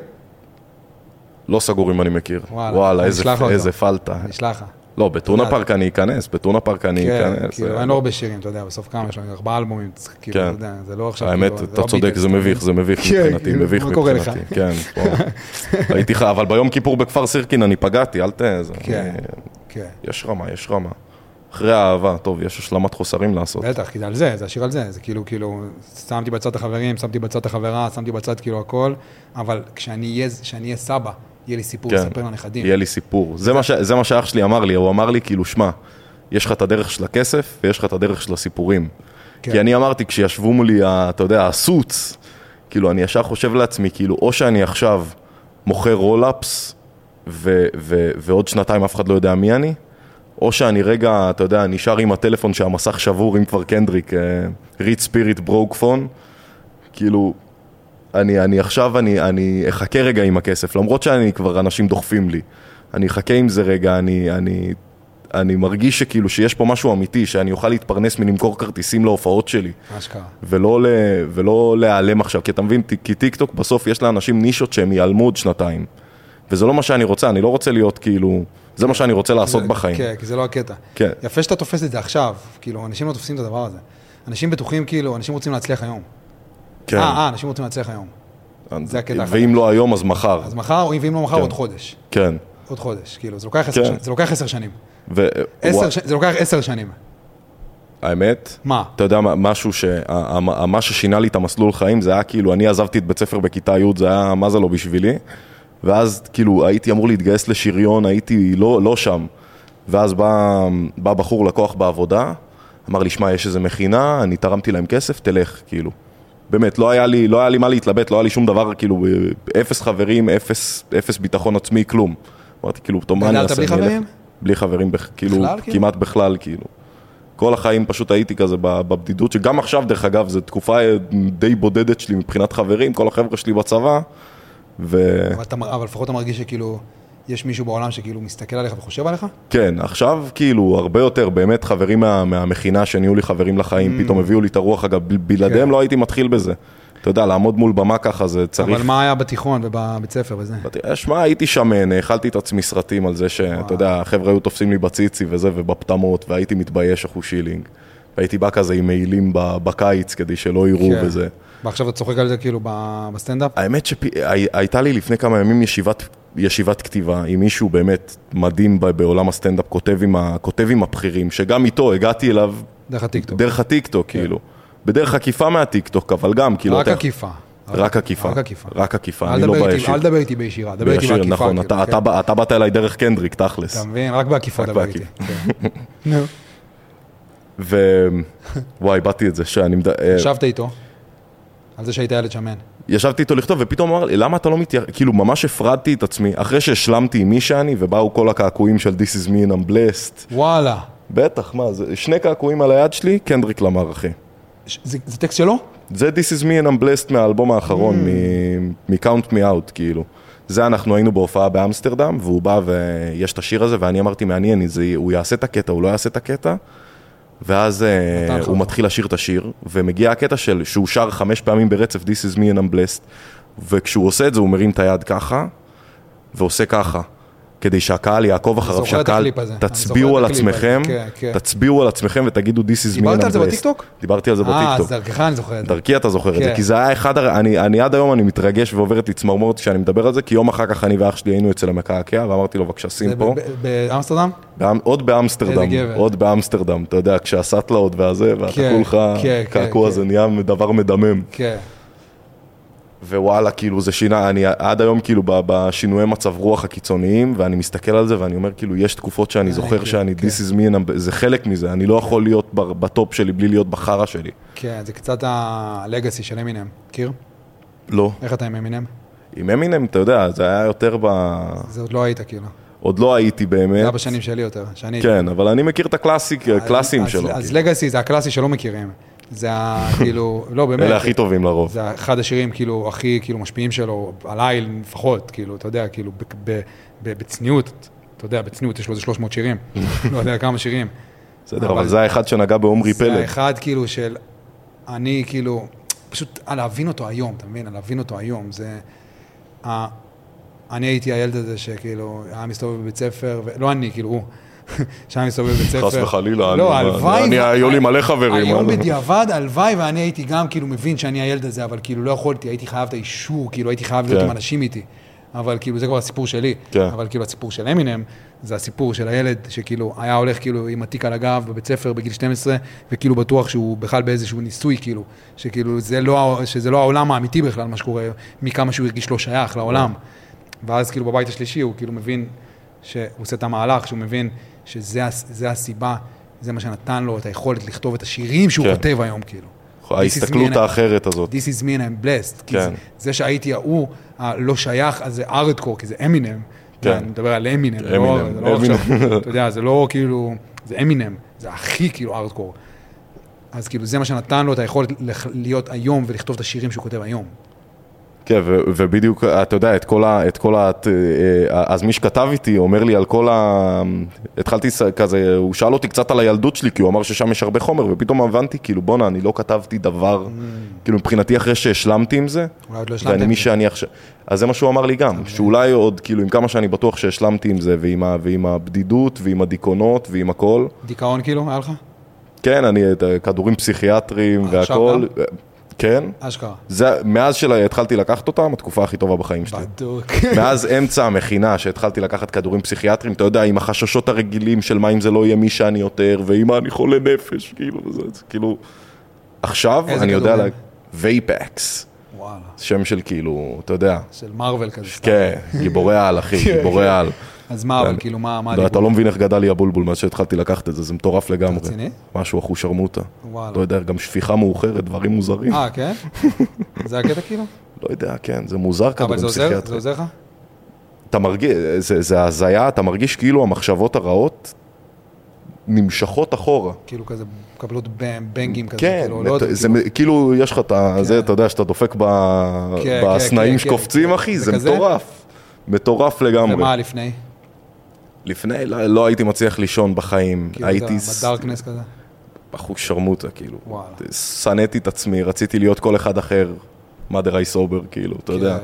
Speaker 2: לא סגור אם אני מכיר. וואלה, איזה פלטה.
Speaker 1: נשלח לך.
Speaker 2: לא, בטונה פארק אני אכנס, בטונה פארק אני אכנס.
Speaker 1: כן, כאילו, אין לו הרבה שירים, אתה יודע, בסוף כמה יש לו, ארבעה אלבומים, כאילו, אתה יודע, זה לא עכשיו...
Speaker 2: האמת, אתה צודק, זה מביך, זה מביך מבחינתי, מביך מבחינתי. כן, הייתי חייב, אבל ביום כיפור בכפר סירקין אני פגעתי, אל תזה.
Speaker 1: כן.
Speaker 2: יש רמה, יש רמה. אחרי האהבה, טוב, יש השלמת חוסרים לעשות.
Speaker 1: בטח, כי זה על זה, זה השיר על זה, זה כאילו, כאילו, שמתי בצד את החברים, שמתי בצד את החברה, שמתי בצד כאילו הכל, אבל כשאני אהיה סבא, יהיה לי סיפור, ספר לנכדים.
Speaker 2: יהיה לי סיפור. זה מה שאח שלי אמר לי, הוא אמר לי כאילו, שמה, יש לך את הדרך של הכסף, ויש לך את הדרך של הסיפורים. כי אני אמרתי, כשישבו מולי, אתה יודע, הסוץ, כאילו, אני ישר חושב לעצמי, כאילו, או שאני עכשיו מוכר רולאפס, ועוד שנתיים אף אחד לא יודע מי אני, או שאני רגע, אתה יודע, נשאר עם הטלפון שהמסך שבור, אם כבר קנדריק, ריט ספיריט ברוק פון, כאילו, אני, אני עכשיו, אני, אני אחכה רגע עם הכסף, למרות שאני כבר, אנשים דוחפים לי. אני אחכה עם זה רגע, אני, אני, אני מרגיש שכאילו, שיש פה משהו אמיתי, שאני אוכל להתפרנס מלמכור כרטיסים להופעות שלי.
Speaker 1: אשכרה.
Speaker 2: ולא, ולא להיעלם עכשיו, כי אתה מבין, כי טיק טוק בסוף יש לאנשים נישות שהם ייעלמו עוד שנתיים. וזה לא מה שאני רוצה, אני לא רוצה להיות כאילו, זה מה שאני רוצה לעשות בחיים.
Speaker 1: כן, כי זה לא הקטע.
Speaker 2: כן.
Speaker 1: יפה שאתה תופס את זה עכשיו, כאילו, אנשים לא תופסים את הדבר הזה. אנשים בטוחים, כאילו, אנשים רוצים להצליח היום.
Speaker 2: כן.
Speaker 1: אה, אה, אנשים רוצים להצליח היום. זה הקטע.
Speaker 2: ואם לא היום, אז מחר.
Speaker 1: אז מחר, ואם לא מחר, עוד חודש.
Speaker 2: כן.
Speaker 1: עוד חודש, כאילו, זה לוקח עשר שנים. זה לוקח עשר שנים. זה לוקח עשר שנים.
Speaker 2: האמת?
Speaker 1: מה?
Speaker 2: אתה יודע, משהו ש... מה ששינה לי את המסלול חיים, זה היה כאילו, אני עזבתי את בית ספר בכיתה י', זה היה, מה זה לא בשבילי? ואז כאילו הייתי אמור להתגייס לשריון, הייתי לא, לא שם. ואז בא, בא בחור לקוח בעבודה, אמר לי, שמע, יש איזה מכינה, אני תרמתי להם כסף, תלך, כאילו. באמת, לא היה לי, לא היה לי מה להתלבט, לא היה לי שום דבר, כאילו, אפס חברים, אפס, אפס ביטחון עצמי, כלום. אמרתי, כאילו, טוב, מה אני אעשה?
Speaker 1: בלי חברים?
Speaker 2: בלי חברים, כאילו,
Speaker 1: בכלל,
Speaker 2: כמעט בכלל, כאילו. כל החיים פשוט הייתי כזה בבדידות, שגם עכשיו דרך אגב, זו תקופה די בודדת שלי מבחינת חברים, כל החבר'ה שלי בצבא, ו...
Speaker 1: אבל, אתה, אבל לפחות אתה מרגיש שכאילו, יש מישהו בעולם שכאילו מסתכל עליך וחושב עליך?
Speaker 2: כן, עכשיו כאילו הרבה יותר, באמת חברים מה, מהמכינה שנהיו לי חברים לחיים, mm. פתאום הביאו לי את הרוח, אגב, בלעדיהם כן. לא הייתי מתחיל בזה. אתה יודע, לעמוד מול במה ככה זה צריך...
Speaker 1: אבל מה היה בתיכון ובבית ספר וזה?
Speaker 2: שמע, הייתי שמן, האכלתי את עצמי סרטים על זה שאתה יודע, החבר'ה היו תופסים לי בציצי וזה ובפתמות, והייתי מתבייש אחו שילינג. והייתי בא כזה עם מעילים בקיץ כדי שלא יראו כן. וזה.
Speaker 1: ועכשיו אתה צוחק על זה כאילו בסטנדאפ?
Speaker 2: האמת שהייתה לי לפני כמה ימים ישיבת, ישיבת כתיבה עם מישהו באמת מדהים בעולם הסטנדאפ, כותב עם, ה, כותב עם הבכירים, שגם איתו הגעתי אליו...
Speaker 1: דרך הטיקטוק.
Speaker 2: דרך הטיקטוק, כן. כאילו. בדרך עקיפה מהטיקטוק, אבל גם, כאילו...
Speaker 1: רק עקיפה.
Speaker 2: רק עקיפה.
Speaker 1: רק עקיפה.
Speaker 2: רק עקיפה, אני לא בישיר.
Speaker 1: אל דבר איתי בישירה, דבר איתי בעקיפה.
Speaker 2: נכון, אתה באת אליי דרך קנדריק, תכלס.
Speaker 1: אתה מבין? רק בעקיפה דבר איתי. נו.
Speaker 2: ווואי, באתי את זה, שאני...
Speaker 1: ישבת איתו, על זה שהיית ילד שמן.
Speaker 2: ישבתי איתו לכתוב, ופתאום אמר לי, למה אתה לא מתייחס... כאילו, ממש הפרדתי את עצמי, אחרי שהשלמתי עם מי שאני, ובאו כל הקעקועים של This is me and I'm blessed.
Speaker 1: וואלה.
Speaker 2: בטח, מה, זה שני קעקועים על היד שלי, קנדריק למר, אחי.
Speaker 1: זה, זה טקסט שלו?
Speaker 2: זה This is me and I'm blessed מהאלבום האחרון, מ-Count me out, כאילו. זה אנחנו היינו בהופעה באמסטרדם, והוא בא ויש את השיר הזה, ואני אמרתי, מעניין, הוא יעשה את הקטע, הוא לא יעשה את הקטע, ואז הוא מתחיל לשיר את השיר, ומגיע הקטע של, שהוא שר חמש פעמים ברצף, This is me and I'm blessed, וכשהוא עושה את זה, הוא מרים את היד ככה, ועושה ככה. כדי שהקהל יעקוב אחריו, שהקהל תצביעו על עצמכם, תצביעו על עצמכם ותגידו This is me and I'm blessed.
Speaker 1: דיברת על זה בטיקטוק?
Speaker 2: דיברתי על זה בטיקטוק.
Speaker 1: אה, אז דרכך אני זוכר את זה.
Speaker 2: דרכי אתה זוכר את זה, כי זה היה אחד, אני עד היום אני מתרגש ועוברת לי צמרמורת כשאני מדבר על זה, כי יום אחר כך אני ואח שלי היינו אצל המקעקע, ואמרתי לו בבקשה שים פה.
Speaker 1: באמסטרדם?
Speaker 2: עוד באמסטרדם, עוד באמסטרדם, אתה יודע, כשהסטלאות והזה, ואתה כולך, קעקוע זה נהיה דבר מדמם. ווואלה, כאילו זה שינה, אני עד היום כאילו בשינויי מצב רוח הקיצוניים, ואני מסתכל על זה ואני אומר כאילו, יש תקופות שאני זוכר שאני, this is me, זה חלק מזה, אני לא יכול להיות בטופ שלי בלי להיות בחרה שלי.
Speaker 1: כן, זה קצת הלגאסי של אמינם, מכיר?
Speaker 2: לא.
Speaker 1: איך אתה עם אמינם?
Speaker 2: עם אמינם, אתה יודע, זה היה יותר ב...
Speaker 1: זה עוד לא היית כאילו.
Speaker 2: עוד לא הייתי באמת.
Speaker 1: זה היה בשנים שלי יותר.
Speaker 2: כן, אבל אני מכיר את הקלאסים שלו.
Speaker 1: אז לגאסי זה הקלאסי שלא מכירים. זה כאילו, לא באמת.
Speaker 2: אלה הכי טובים לרוב.
Speaker 1: זה אחד השירים כאילו הכי כאילו משפיעים שלו, עליי לפחות, כאילו, אתה יודע, כאילו בצניעות, אתה יודע, בצניעות יש לו איזה שלוש מאות שירים, לא יודע כמה שירים.
Speaker 2: בסדר, אבל זה האחד שנגע בעומרי פלד.
Speaker 1: זה האחד כאילו של, אני כאילו, פשוט להבין אותו היום, אתה מבין? להבין אותו היום, זה, אני הייתי הילד הזה שכאילו, היה מסתובב בבית ספר, לא אני, כאילו הוא. שאני מסתובב בבית ספר.
Speaker 2: חס וחלילה.
Speaker 1: לא, הלוואי.
Speaker 2: אני, היו לי מלא חברים.
Speaker 1: היום בדיעבד, הלוואי, ואני הייתי גם כאילו מבין שאני הילד הזה, אבל כאילו לא יכולתי, הייתי חייב את האישור, כאילו הייתי חייב להיות עם אנשים איתי. אבל כאילו זה כבר הסיפור שלי. אבל כאילו הסיפור של אמינם, זה הסיפור של הילד שכאילו היה הולך כאילו עם התיק על הגב בבית ספר בגיל שתים עשרה, וכאילו בטוח שהוא בכלל באיזשהו ניסוי כאילו, שכאילו זה לא, שזה לא העולם האמיתי בכלל, מה שקורה, מכמה שהוא הרגיש לא שייך לעולם. ואז כאילו בבית השלישי הוא כאילו מבין שהוא עושה את המהלך, שהוא מבין שזה הסיבה, זה מה שנתן לו את היכולת לכתוב את השירים שהוא כותב היום, כאילו.
Speaker 2: ההסתכלות האחרת הזאת.
Speaker 1: This is me and I'm blessed. כי זה שהייתי ההוא, לא שייך, אז זה ארדקור, כי זה אמינם. אני מדבר על אמינם. אתה יודע, זה לא כאילו, זה אמינם, זה הכי כאילו ארדקור. אז כאילו זה מה שנתן לו את היכולת להיות היום ולכתוב את השירים שהוא כותב היום.
Speaker 2: כן, ובדיוק, אתה יודע, את כל ה... את כל ה... אז מי שכתב איתי אומר לי על כל ה... התחלתי כזה, הוא שאל אותי קצת על הילדות שלי, כי הוא אמר ששם יש הרבה חומר, ופתאום הבנתי, כאילו, בונה, אני לא כתבתי דבר, כאילו, מבחינתי אחרי שהשלמתי עם זה, ואני מי שאני עכשיו... אז זה מה שהוא אמר לי גם, שאולי עוד, כאילו, עם כמה שאני בטוח שהשלמתי עם זה, ועם הבדידות, ועם הדיכאונות, ועם הכל.
Speaker 1: דיכאון כאילו, היה לך?
Speaker 2: כן, אני, כדורים פסיכיאטריים והכל. כן.
Speaker 1: אשכרה.
Speaker 2: זה, מאז שהתחלתי לקחת אותם, התקופה הכי טובה בחיים שלי.
Speaker 1: בדוק.
Speaker 2: מאז אמצע המכינה שהתחלתי לקחת כדורים פסיכיאטריים, אתה יודע, עם החששות הרגילים של מה אם זה לא יהיה מי שאני יותר, ואם אני חולה נפש, כאילו, זה, כאילו, עכשיו אני יודע, לה... וייפקס.
Speaker 1: וואלה.
Speaker 2: שם של כאילו, אתה יודע.
Speaker 1: של מרוול כזה.
Speaker 2: כן, גיבורי על, אחי, גיבורי על.
Speaker 1: אז מה, אבל כאילו, מה הדיבור?
Speaker 2: אתה לא מבין איך גדל לי הבולבול מאז שהתחלתי לקחת את זה, זה מטורף לגמרי.
Speaker 1: רציני?
Speaker 2: משהו אחו שרמוטה. לא יודע, גם שפיכה מאוחרת, דברים מוזרים.
Speaker 1: אה, כן? זה הקטע כאילו?
Speaker 2: לא יודע, כן, זה מוזר כדורים פסיכיאטריים.
Speaker 1: אבל זה עוזר לך?
Speaker 2: אתה מרגיש, זה הזיה, אתה מרגיש כאילו המחשבות הרעות נמשכות אחורה.
Speaker 1: כאילו כזה, קבלות בנגים כזה.
Speaker 2: כן,
Speaker 1: כאילו, לא,
Speaker 2: זה,
Speaker 1: כאילו...
Speaker 2: כאילו יש לך את זה, אתה יודע, שאתה דופק בסנאים שקופצים, אחי, זה מטורף. מטורף לגמרי.
Speaker 1: ומה לפני?
Speaker 2: לפני לא, לא הייתי מצליח לישון בחיים.
Speaker 1: כאילו
Speaker 2: הייתי...
Speaker 1: בדארקנס כזה?
Speaker 2: בחוש שרמוטה, כאילו.
Speaker 1: וואלה.
Speaker 2: סנאתי את עצמי, רציתי להיות כל אחד אחר, mother I sober, כאילו, אתה יודע.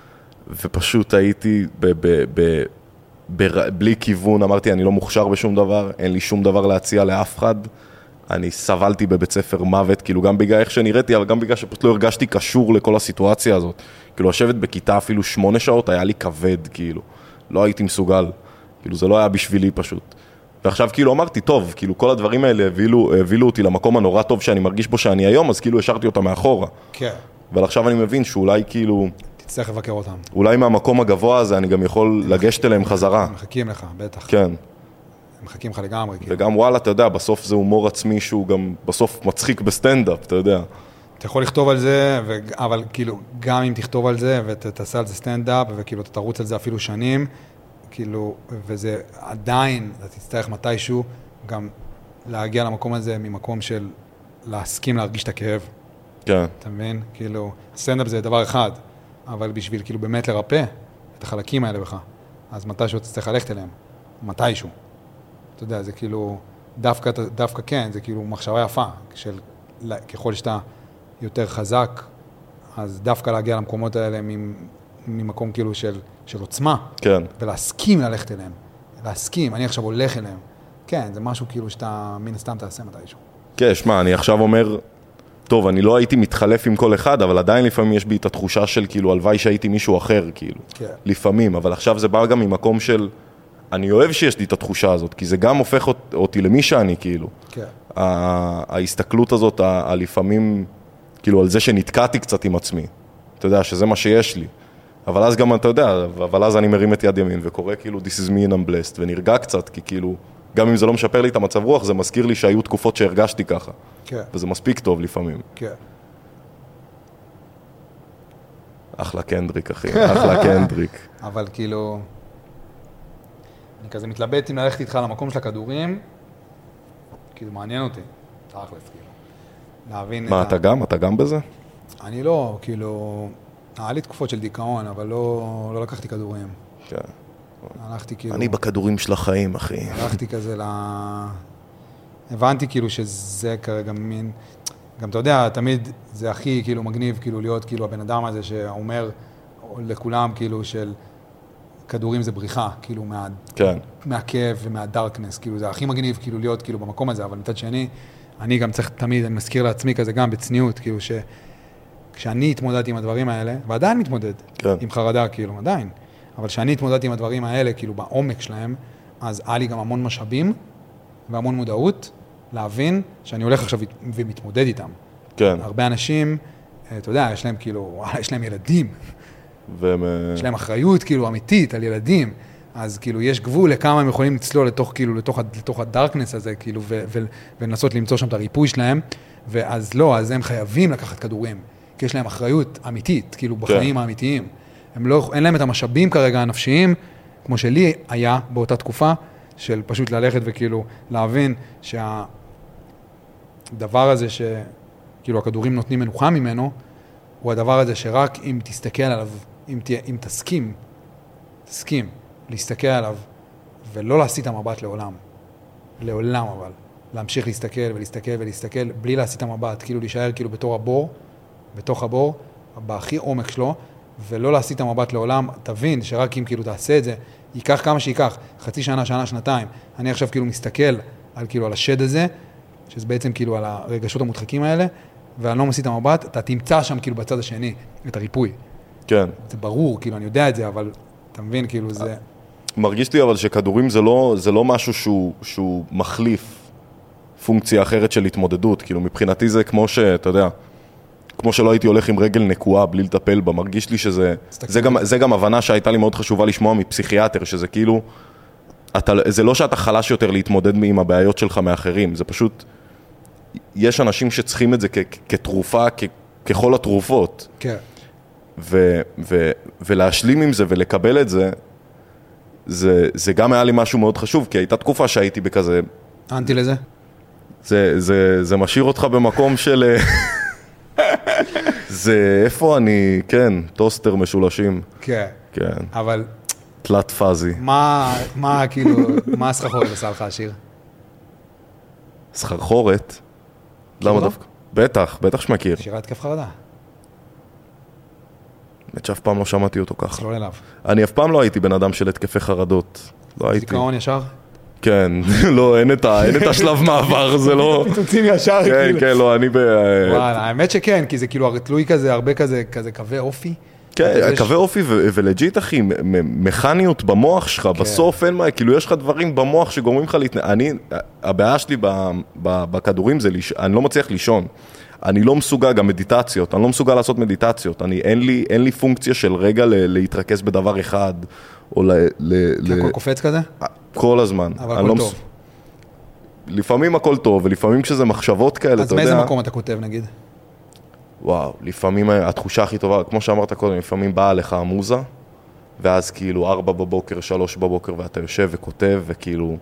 Speaker 2: ופשוט הייתי ב... ב, ב ב, בלי כיוון, אמרתי, אני לא מוכשר בשום דבר, אין לי שום דבר להציע לאף אחד. אני סבלתי בבית ספר מוות, כאילו גם בגלל איך שנראיתי, אבל גם בגלל שפשוט לא הרגשתי קשור לכל הסיטואציה הזאת. כאילו, לשבת בכיתה אפילו שמונה שעות, היה לי כבד, כאילו. לא הייתי מסוגל. כאילו, זה לא היה בשבילי פשוט. ועכשיו כאילו אמרתי, טוב, כאילו כל הדברים האלה הבילו, הבילו אותי למקום הנורא טוב שאני מרגיש בו שאני היום, אז כאילו השארתי אותם מאחורה. כן. אבל עכשיו אני מבין שאולי כאילו...
Speaker 1: תצטרך לבקר אותם.
Speaker 2: אולי מהמקום הגבוה הזה אני גם יכול לגשת אליהם חזרה.
Speaker 1: הם מחכים לך, בטח.
Speaker 2: כן.
Speaker 1: הם מחכים לך לגמרי.
Speaker 2: וגם וואלה, אתה יודע, בסוף זה הומור עצמי שהוא גם בסוף מצחיק בסטנדאפ, אתה יודע.
Speaker 1: אתה יכול לכתוב על זה, ו... אבל כאילו, גם אם תכתוב על זה ותעשה על זה סטנדאפ, וכאילו אתה תרוץ על זה אפילו שנים, כאילו, וזה עדיין, אתה תצטרך מתישהו גם להגיע למקום הזה ממקום של להסכים להרגיש את הכאב.
Speaker 2: כן.
Speaker 1: אתה מבין? כאילו, סטנדאפ זה דבר אחד, אבל בשביל כאילו באמת לרפא את החלקים האלה בך, אז מתישהו אתה צריך ללכת אליהם, מתישהו. אתה יודע, זה כאילו, דווקא, דווקא כן, זה כאילו מחשבה יפה, של, ככל שאתה יותר חזק, אז דווקא להגיע למקומות האלה ממקום כאילו של, של עוצמה,
Speaker 2: כן.
Speaker 1: ולהסכים ללכת אליהם, להסכים, אני עכשיו הולך אליהם. כן, זה משהו כאילו שאתה מן הסתם תעשה מתישהו.
Speaker 2: כן, שמה, אני עכשיו אומר, טוב, אני לא הייתי מתחלף עם כל אחד, אבל עדיין לפעמים יש בי את התחושה של כאילו, הלוואי שהייתי מישהו אחר, כאילו. כן. לפעמים, אבל עכשיו זה בא גם ממקום של, אני אוהב שיש לי את התחושה הזאת, כי זה גם הופך אותי למי שאני, כאילו. כן. ההסתכלות הזאת, הלפעמים, כאילו, על זה שנתקעתי קצת עם עצמי. אתה יודע, שזה מה שיש לי. אבל אז גם, אתה יודע, אבל אז אני מרים את יד ימין וקורא כאילו, this is me and I'm blessed, ונרגע קצת, כי כאילו, גם אם זה לא משפר לי את המצב רוח, זה מזכיר לי שהיו תקופות שהרגשתי ככה. כן. וזה מספיק טוב לפעמים.
Speaker 1: כן.
Speaker 2: אחלה קנדריק, אחי, אחלה קנדריק.
Speaker 1: אבל כאילו, אני כזה מתלבט אם ללכת איתך למקום של הכדורים, כאילו מעניין אותי, תכלס, כאילו. להבין
Speaker 2: מה, אתה גם? אתה גם בזה?
Speaker 1: אני לא, כאילו, היה לי תקופות של דיכאון, אבל לא, לא לקחתי כדורים.
Speaker 2: כן.
Speaker 1: הלכתי כאילו...
Speaker 2: אני בכדורים של החיים, אחי.
Speaker 1: הלכתי כזה ל... הבנתי כאילו שזה כרגע מין... גם אתה יודע, תמיד זה הכי כאילו מגניב, כאילו להיות כאילו הבן אדם הזה שאומר לכולם כאילו של כדורים זה בריחה, כאילו מה...
Speaker 2: כן.
Speaker 1: מהכאב ומהדארקנס, כאילו זה הכי מגניב כאילו להיות כאילו במקום הזה, אבל מצד שני, אני גם צריך תמיד, אני מזכיר לעצמי כזה גם בצניעות, כאילו ש... כשאני התמודדתי עם הדברים האלה, ועדיין מתמודד כן. עם חרדה, כאילו, עדיין. אבל כשאני התמודדתי עם הדברים האלה, כאילו, בעומק שלהם, אז היה לי גם המון משאבים והמון מודעות להבין שאני הולך עכשיו ומתמודד איתם.
Speaker 2: כן.
Speaker 1: הרבה אנשים, אתה יודע, יש להם כאילו, וואלה, יש להם ילדים.
Speaker 2: והם...
Speaker 1: יש להם אחריות, כאילו, אמיתית על ילדים. אז כאילו, יש גבול לכמה הם יכולים לצלול לתוך, כאילו, לתוך, לתוך הדארקנס הזה, כאילו, ו- ו- ולנסות למצוא שם את הריפוי שלהם. ואז לא, אז הם חייבים לקחת כדורים. כי יש להם אחריות אמיתית, כאילו בחיים האמיתיים. הם לא, אין להם את המשאבים כרגע הנפשיים, כמו שלי היה באותה תקופה, של פשוט ללכת וכאילו להבין שהדבר הזה שכאילו הכדורים נותנים מנוחה ממנו, הוא הדבר הזה שרק אם תסתכל עליו, אם, תה, אם תסכים, תסכים להסתכל עליו, ולא להסיט המבט לעולם. לעולם אבל. להמשיך להסתכל ולהסתכל ולהסתכל, בלי להסיט המבט, כאילו להישאר כאילו בתור הבור, בתוך הבור, בהכי עומק שלו, ולא להסיט המבט לעולם, תבין שרק אם כאילו תעשה את זה, ייקח כמה שיקח, חצי שנה, שנה, שנתיים, אני עכשיו כאילו מסתכל על כאילו על השד הזה, שזה בעצם כאילו על הרגשות המודחקים האלה, ואני לא מסיט המבט, אתה תמצא שם כאילו בצד השני את הריפוי.
Speaker 2: כן.
Speaker 1: זה ברור, כאילו אני יודע את זה, אבל אתה מבין כאילו זה...
Speaker 2: מרגיש לי אבל שכדורים זה לא, זה לא משהו שהוא, שהוא מחליף פונקציה אחרת של התמודדות, כאילו מבחינתי זה כמו שאתה יודע, כמו שלא הייתי הולך עם רגל נקועה בלי לטפל בה, מרגיש לי שזה, זה גם, זה גם הבנה שהייתה לי מאוד חשובה לשמוע מפסיכיאטר, שזה כאילו, אתה, זה לא שאתה חלש יותר להתמודד עם הבעיות שלך מאחרים, זה פשוט, יש אנשים שצריכים את זה כ, כתרופה, כ, ככל התרופות.
Speaker 1: כן.
Speaker 2: ו, ו, ולהשלים עם זה ולקבל את זה, זה, זה גם היה לי משהו מאוד חשוב, כי הייתה תקופה שהייתי בכזה,
Speaker 1: ענתי לזה.
Speaker 2: זה, זה, זה משאיר אותך במקום של... זה, איפה אני, כן, טוסטר משולשים.
Speaker 1: כן.
Speaker 2: כן.
Speaker 1: אבל...
Speaker 2: תלת פאזי.
Speaker 1: מה, מה, כאילו, מה הסחרחורת עשה לך השיר?
Speaker 2: סחרחורת? למה דווקא? בטח, בטח שמכיר.
Speaker 1: שירת כיף חרדה.
Speaker 2: באמת שאף פעם לא שמעתי אותו ככה.
Speaker 1: צלול אליו.
Speaker 2: אני אף פעם לא הייתי בן אדם של התקפי חרדות. לא הייתי.
Speaker 1: זיכרון ישר?
Speaker 2: כן, לא, אין את ה, אין את השלב מעבר, זה לא...
Speaker 1: פיצוצים ישר,
Speaker 2: כן,
Speaker 1: כאילו.
Speaker 2: כן, לא, אני ב...
Speaker 1: וואלה, האמת שכן, כי זה כאילו תלוי כזה, הרבה כזה, כזה קווי אופי.
Speaker 2: כן, קווי אופי ולג'יט, אחי, מכניות במוח שלך, בסוף אין מה, כאילו יש לך דברים במוח שגורמים לך להתנ... אני, הבעיה שלי בכדורים זה, אני לא מצליח לישון. אני לא מסוגל, גם מדיטציות, אני לא מסוגל לעשות מדיטציות. אני, אין לי, אין לי פונקציה של רגע להתרכז בדבר אחד, או ל...
Speaker 1: כי הכל קופץ כזה?
Speaker 2: כל הזמן.
Speaker 1: אבל הכל טוב.
Speaker 2: לפעמים הכל טוב, ולפעמים כשזה מחשבות כאלה, אתה יודע...
Speaker 1: אז מאיזה מקום אתה כותב, נגיד?
Speaker 2: וואו, לפעמים התחושה הכי טובה, כמו שאמרת קודם, לפעמים באה לך המוזה, ואז כאילו ארבע בבוקר, שלוש בבוקר, ואתה יושב וכותב, וכאילו...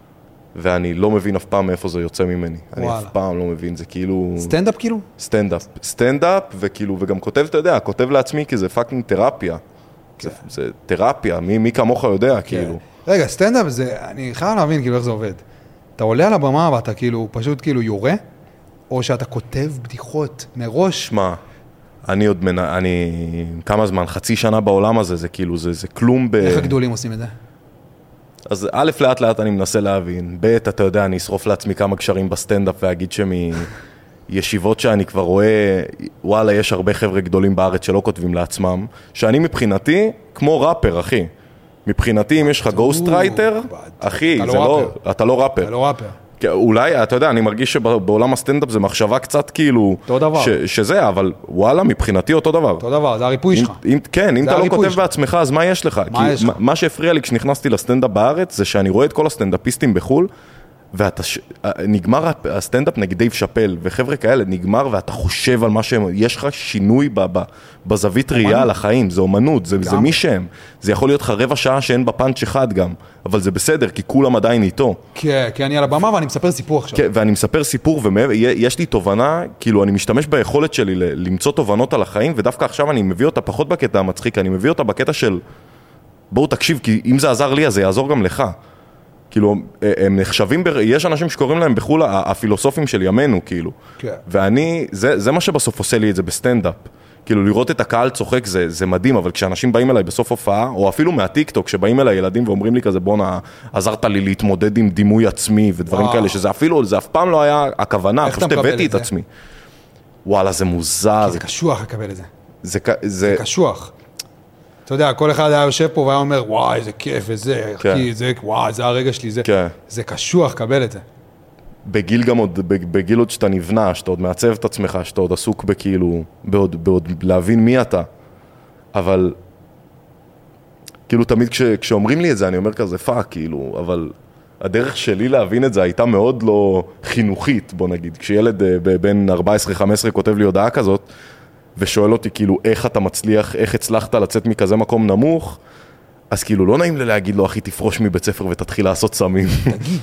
Speaker 2: ואני לא מבין אף פעם מאיפה זה יוצא ממני. אני אף פעם לא מבין, זה כאילו...
Speaker 1: סטנדאפ כאילו?
Speaker 2: סטנדאפ. סטנדאפ, וכאילו, וגם כותב, אתה יודע, כותב לעצמי, כי זה פאקינג תרפיה. זה תרפיה, מי כמוך יודע, כאילו.
Speaker 1: רגע, סטנדאפ זה, אני חייב להבין כאילו איך זה עובד. אתה עולה על הבמה ואתה כאילו, פשוט כאילו יורה, או שאתה כותב בדיחות מראש?
Speaker 2: שמע, אני עוד מנה, אני כמה זמן, חצי שנה בעולם הזה, זה כאילו, זה, זה כלום ב...
Speaker 1: איך הגדולים עושים את זה?
Speaker 2: אז א', לאט לאט אני מנסה להבין, ב', אתה יודע, אני אשרוף לעצמי כמה קשרים בסטנדאפ ואגיד שמישיבות שאני כבר רואה, וואלה, יש הרבה חבר'ה גדולים בארץ שלא כותבים לעצמם, שאני מבחינתי, כמו ראפר, אחי. מבחינתי, אם יש לך גוסט רייטר, אחי, זה לא, אתה לא ראפר.
Speaker 1: אתה לא ראפר.
Speaker 2: אולי, אתה יודע, אני מרגיש שבעולם הסטנדאפ זה מחשבה קצת כאילו...
Speaker 1: אותו דבר.
Speaker 2: שזה, אבל וואלה, מבחינתי אותו דבר.
Speaker 1: אותו דבר, זה הריפוי שלך.
Speaker 2: כן, אם אתה לא כותב בעצמך, אז מה יש לך?
Speaker 1: מה יש לך?
Speaker 2: מה שהפריע לי כשנכנסתי לסטנדאפ בארץ, זה שאני רואה את כל הסטנדאפיסטים בחול, ואתה, נגמר הסטנדאפ נגד דייב שאפל, וחבר'ה כאלה, נגמר ואתה חושב על מה שהם, יש לך שינוי בזווית ראייה על החיים, זה אומנות, זה מי שהם. זה יכול להיות לך רבע שעה שאין בפאנץ' אחד גם, אבל זה בסדר, כי כולם עדיין איתו.
Speaker 1: כן, כי אני על הבמה ואני מספר סיפור עכשיו.
Speaker 2: כן, ואני מספר סיפור, ויש לי תובנה, כאילו אני משתמש ביכולת שלי למצוא תובנות על החיים, ודווקא עכשיו אני מביא אותה פחות בקטע המצחיק, אני מביא אותה בקטע של, בואו תקשיב, כי אם זה עזר לי, אז זה יעזור גם לך. כאילו, הם נחשבים, יש אנשים שקוראים להם בחול הפילוסופים של ימינו, כאילו. כן. ואני, זה, זה מה שבסוף עושה לי את זה בסטנדאפ. כאילו, לראות את הקהל צוחק זה, זה מדהים, אבל כשאנשים באים אליי בסוף הופעה, או אפילו מהטיקטוק, שבאים אליי ילדים ואומרים לי כזה, בוא, עזרת לי להתמודד עם דימוי עצמי ודברים וואו. כאלה, שזה אפילו, זה אף פעם לא היה הכוונה, פשוט הבאתי את, את עצמי. וואלה, זה מוזר.
Speaker 1: כי זה קשוח לקבל את זה.
Speaker 2: זה, זה... זה
Speaker 1: קשוח. אתה יודע, כל אחד היה יושב פה והיה אומר, וואי, זה כיף וזה, כי זה, וואי, זה הרגע שלי, זה, זה קשוח, קבל את זה.
Speaker 2: בגיל גם עוד, בגיל עוד שאתה נבנה, שאתה עוד מעצב את עצמך, שאתה עוד עסוק בכאילו, בעוד, בעוד להבין מי אתה. אבל, כאילו תמיד כש, כשאומרים לי את זה, אני אומר כזה, פאק, כאילו, אבל הדרך שלי להבין את זה הייתה מאוד לא חינוכית, בוא נגיד. כשילד בין ארבע עשרה חמש עשרה כותב לי הודעה כזאת, ושואל אותי כאילו איך אתה מצליח, איך הצלחת לצאת מכזה מקום נמוך, אז כאילו לא נעים לי להגיד לו, אחי, תפרוש מבית ספר ותתחיל לעשות סמים.
Speaker 1: תגיד.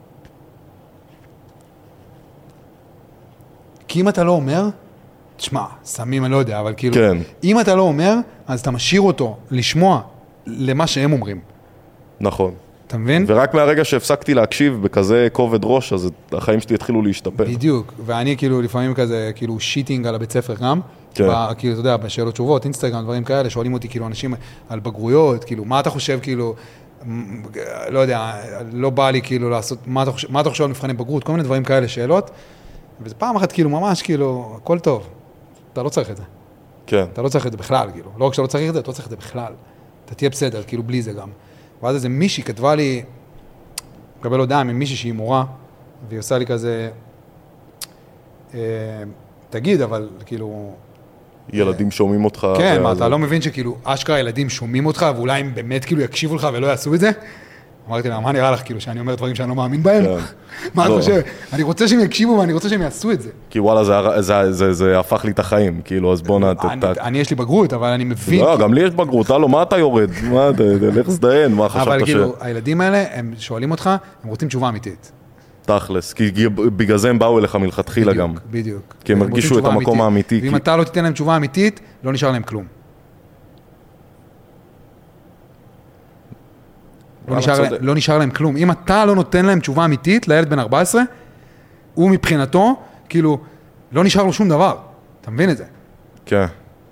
Speaker 1: כי אם אתה לא אומר, תשמע, סמים אני לא יודע, אבל כאילו, כן. אם אתה לא אומר, אז אתה משאיר אותו לשמוע למה שהם אומרים.
Speaker 2: נכון.
Speaker 1: אתה מבין?
Speaker 2: ורק מהרגע שהפסקתי להקשיב בכזה כובד ראש, אז החיים שלי התחילו להשתפר.
Speaker 1: בדיוק, ואני כאילו לפעמים כזה, כאילו שיטינג על הבית ספר גם, כן. כאילו, אתה יודע, בשאלות תשובות, אינסטגרם, דברים כאלה, שואלים אותי כאילו אנשים על בגרויות, כאילו, מה אתה חושב כאילו, לא יודע, לא בא לי כאילו לעשות, מה אתה חושב, מה אתה חושב על מבחני בגרות, כל מיני דברים כאלה, שאלות, וזה פעם אחת כאילו ממש כאילו, הכל טוב, אתה לא צריך את זה.
Speaker 2: כן.
Speaker 1: אתה לא צריך את זה בכלל, כאילו, לא רק שאתה לא צריך את זה, אתה לא צריך את זה בכלל. אתה תהיה בסדר, כאילו, בלי זה גם. ואז איזה מישהי כתבה לי, מקבל הודעה ממישהי שהיא מורה, והיא עושה לי כזה, אה, תגיד, אבל כאילו...
Speaker 2: ילדים שומעים אותך.
Speaker 1: כן, מה, אתה לא מבין שכאילו, אשכרה ילדים שומעים אותך, ואולי הם באמת כאילו יקשיבו לך ולא יעשו את זה? אמרתי לה, מה נראה לך, כאילו, שאני אומר דברים שאני לא מאמין בהם? מה את חושב? אני רוצה שהם יקשיבו ואני רוצה שהם יעשו את זה.
Speaker 2: כי וואלה, זה הפך לי את החיים, כאילו, אז בוא נעת...
Speaker 1: אני יש לי בגרות, אבל אני מבין...
Speaker 2: לא, גם לי יש בגרות, הלו, מה אתה יורד? מה, לך סדיין, מה חשבת ש...
Speaker 1: אבל כאילו, הילדים האלה, הם שואלים אותך, הם רוצים תשובה אמיתית.
Speaker 2: תכלס, כי בגלל זה הם באו אליך מלכתחילה גם.
Speaker 1: בדיוק, בדיוק.
Speaker 2: כי הם הרגישו את המקום האמיתי.
Speaker 1: ואם אתה לא תיתן להם תשובה אמיתית, לא נשאר להם כלום. לא נשאר להם כלום. אם אתה לא נותן להם תשובה אמיתית לילד בן ארבע עשרה, הוא מבחינתו, כאילו, לא נשאר לו שום דבר. אתה מבין את זה?
Speaker 2: כן.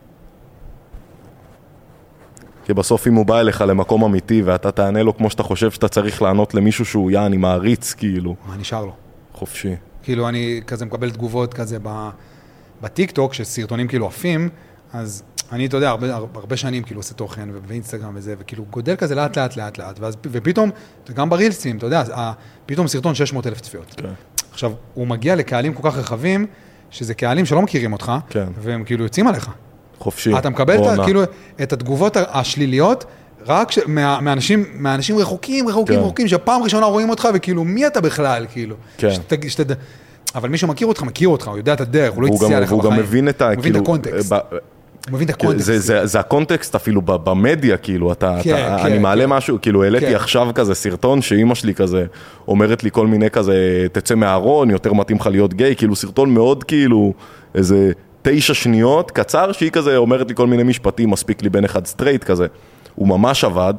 Speaker 2: כי בסוף אם הוא בא אליך למקום אמיתי, ואתה תענה לו כמו שאתה חושב שאתה צריך לענות למישהו שהוא יעני מעריץ, כאילו.
Speaker 1: מה נשאר לו?
Speaker 2: חופשי.
Speaker 1: כאילו, אני כזה מקבל תגובות כזה בטיק-טוק, שסרטונים כאילו עפים, אז אני, אתה יודע, הרבה, הרבה שנים כאילו עושה תוכן ואינסטגרם וזה, וכאילו גודל כזה לאט לאט לאט לאט, ואז, ופתאום, גם ברילסים, אתה יודע, פתאום סרטון שש מאות אלף צפיות. כן. עכשיו, הוא מגיע לקהלים כל כך רחבים, שזה קהלים שלא מכירים אותך, כן. והם כאילו יוצאים עליך.
Speaker 2: חופשי.
Speaker 1: אתה מקבל את, כאילו, את התגובות השליליות, רק ש... מה, מאנשים, מאנשים רחוקים, רחוקים, כן. רחוקים, שפעם ראשונה רואים אותך, וכאילו, מי אתה בכלל, כאילו? כן. שת, שת, אבל מי שמכיר אותך, מכיר אותך, הוא יודע את הדרך, הוא לא יציע לך בחיים.
Speaker 2: הוא גם מבין את ה...
Speaker 1: הוא מבין את הקונטקסט. הוא מבין את הקונטקסט.
Speaker 2: זה, זה, זה הקונטקסט אפילו במדיה, כאילו, אתה, כן, אתה, כן, אני מעלה כן. משהו, כאילו, העליתי כן. עכשיו כזה סרטון, שאמא שלי כזה, אומרת לי כל מיני כזה, תצא מהארון, יותר מתאים לך להיות גיי, כאילו, סרטון מאוד, כאילו, איזה תשע שניות, קצר, שהיא כזה אומרת לי כל מיני משפטים, מספיק לי בין אחד סטרייט כזה. הוא ממש עבד,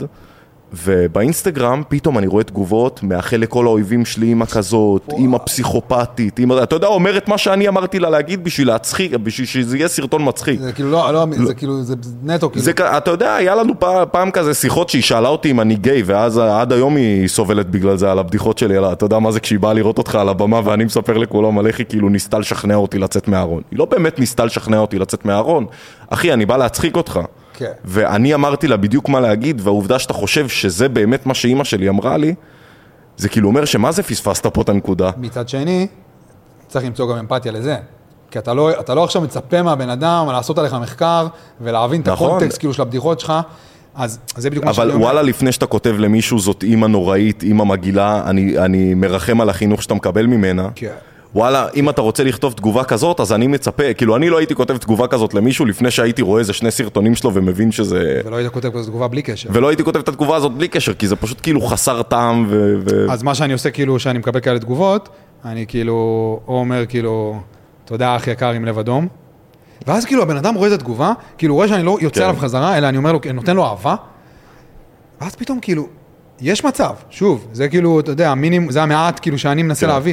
Speaker 2: ובאינסטגרם פתאום אני רואה תגובות, מאחל לכל האויבים שלי אמא כזאת, אמא פסיכופתית, אמא, אתה יודע, אומרת מה שאני אמרתי לה להגיד בשביל להצחיק, בשביל שזה יהיה סרטון מצחיק.
Speaker 1: זה כאילו לא, לא, זה כאילו, זה נטו כאילו.
Speaker 2: זה, אתה יודע, היה לנו פעם, פעם כזה שיחות שהיא שאלה אותי אם אני גיי, ואז עד היום היא סובלת בגלל זה על הבדיחות שלי, אתה יודע מה זה כשהיא באה לראות אותך על הבמה, ואני מספר לכולם על איך היא כאילו ניסתה לשכנע אותי לצאת מהארון. היא לא באמת ניסתה לשכנע אותי לצאת מהארון. אחי, אני בא להצחיק אותך. כן. ואני אמרתי לה בדיוק מה להגיד, והעובדה שאתה חושב שזה באמת מה שאימא שלי אמרה לי, זה כאילו אומר שמה זה פספסת פה את הנקודה.
Speaker 1: מצד שני, צריך למצוא גם אמפתיה לזה. כי אתה לא, אתה לא עכשיו מצפה מהבן אדם לעשות עליך מחקר, ולהבין את נכון. הקונטקסט כאילו של הבדיחות שלך, אז זה בדיוק מה שאני אומר.
Speaker 2: אבל וואלה, לפני שאתה כותב למישהו, זאת אימא נוראית, אימא מגעילה, אני, אני מרחם על החינוך שאתה מקבל ממנה. כן. וואלה, אם אתה רוצה לכתוב תגובה כזאת, אז אני מצפה, כאילו אני לא הייתי כותב תגובה כזאת למישהו לפני שהייתי רואה איזה שני סרטונים שלו ומבין שזה...
Speaker 1: ולא הייתי כותב תגובה בלי קשר.
Speaker 2: ולא הייתי כותב את התגובה הזאת בלי קשר, כי זה פשוט כאילו חסר טעם ו... ו...
Speaker 1: אז מה שאני עושה כאילו, שאני מקבל כאלה תגובות, אני כאילו, או אומר כאילו, תודה אח יקר עם לב אדום, ואז כאילו הבן אדם רואה את התגובה, כאילו רואה שאני לא יוצא עליו חזרה, אלא אני אומר לו, נותן לו אהבה, ואז פתאום כאילו, יש מצב, שוב, זה כאילו, אתה יודע, המינימום, זה המעט כאילו שאני מנסה להביא.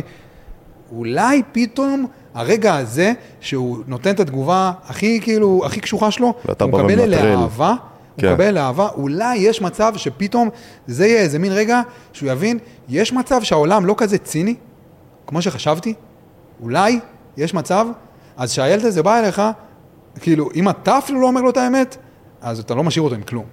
Speaker 1: אולי פתאום הרגע הזה שהוא נותן את התגובה הכי כאילו, הכי קשוחה שלו, הוא מקבל אליה אהבה, הוא מקבל אליה אהבה, אולי יש מצב שפתאום זה יהיה איזה מין רגע שהוא יבין, יש מצב שהעולם לא כזה ציני, כמו שחשבתי, אולי יש מצב, אז שהילד הזה בא אליך, כאילו, אם אתה אפילו לא אומר לו את האמת, אז אתה לא משאיר אותו עם כלום.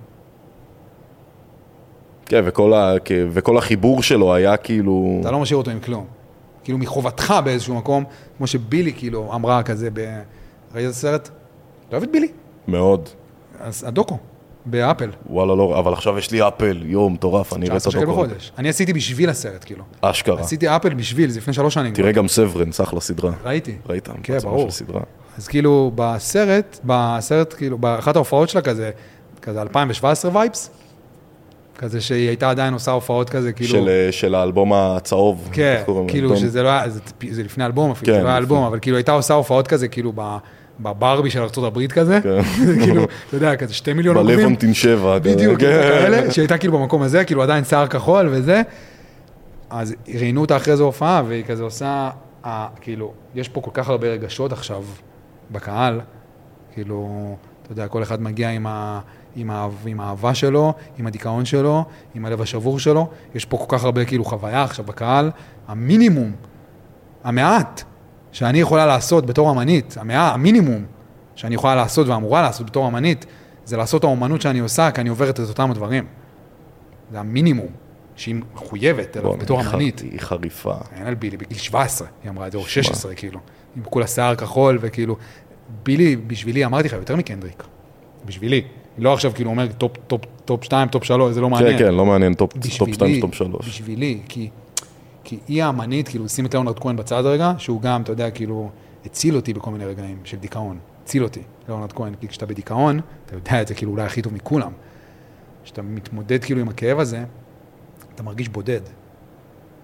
Speaker 2: כן, וכל, ה... וכל החיבור שלו היה כאילו...
Speaker 1: אתה לא משאיר אותו עם כלום. כאילו מחובתך באיזשהו מקום, כמו שבילי כאילו אמרה כזה, ב... ראית את הסרט? לא אוהב את בילי?
Speaker 2: מאוד.
Speaker 1: אז הדוקו, באפל.
Speaker 2: וואלה לא, אבל עכשיו יש לי אפל, יום, מטורף, אני אראה את הדוקו.
Speaker 1: בחודש. אני עשיתי בשביל הסרט, כאילו.
Speaker 2: אשכרה.
Speaker 1: עשיתי אפל בשביל, זה לפני שלוש שנים.
Speaker 2: תראה גם סברנס, אחלה סדרה.
Speaker 1: ראיתי.
Speaker 2: ראית?
Speaker 1: כן, ברור. אז כאילו בסרט, בסרט, כאילו, באחת ההופעות שלה כזה, כזה אלפיים שבע עשרה וייבס, כזה שהיא הייתה עדיין עושה הופעות כזה, כאילו...
Speaker 2: של, של האלבום הצהוב.
Speaker 1: כן, כאילו שזה לא היה, זה, זה לפני אלבום אפילו, כן, זה לא היה אלבום, אבל כאילו הייתה עושה הופעות כזה, כאילו בברבי של ארצות הברית כזה, כן. כאילו, אתה יודע, כזה שתי מיליון עוקבים.
Speaker 2: בלוונטין שבע.
Speaker 1: בדיוק, כאלה, שהייתה כאילו במקום הזה, כאילו עדיין שיער כחול וזה, אז ראינו אותה אחרי זו הופעה, והיא כזה עושה, כאילו, יש פה כל כך הרבה רגשות עכשיו בקהל, כאילו, אתה יודע, כל אחד מגיע עם ה... עם, האהב, עם האהבה שלו, עם הדיכאון שלו, עם הלב השבור שלו. יש פה כל כך הרבה כאילו חוויה עכשיו בקהל. המינימום, המעט שאני יכולה לעשות בתור אמנית, המעט, המינימום שאני יכולה לעשות ואמורה לעשות בתור אמנית, זה לעשות האומנות שאני עושה, כי אני עוברת את אותם הדברים. זה המינימום שהיא מחויבת בוא, בתור היא אמנית.
Speaker 2: היא חריפה.
Speaker 1: אין על בילי, בגיל שבע עשרה, היא אמרה את זה, או שש עשרה כאילו. עם כולה שיער כחול וכאילו, בילי בשבילי, אמרתי לך, יותר מקנדריק. בשבילי. לא עכשיו כאילו אומר טופ, טופ, טופ שתיים, טופ שלוש, זה לא מעניין.
Speaker 2: כן, כן, לא מעניין, טופ שתיים, טופ שלוש.
Speaker 1: בשבילי, כי, כי היא האמנית, כאילו, שים את ליאונרד כהן בצד רגע, שהוא גם, אתה יודע, כאילו, הציל אותי בכל מיני רגעים של דיכאון. הציל אותי, ליאונרד כהן, כי כשאתה בדיכאון, אתה יודע את זה כאילו אולי הכי טוב מכולם. כשאתה מתמודד כאילו עם הכאב הזה, אתה מרגיש בודד.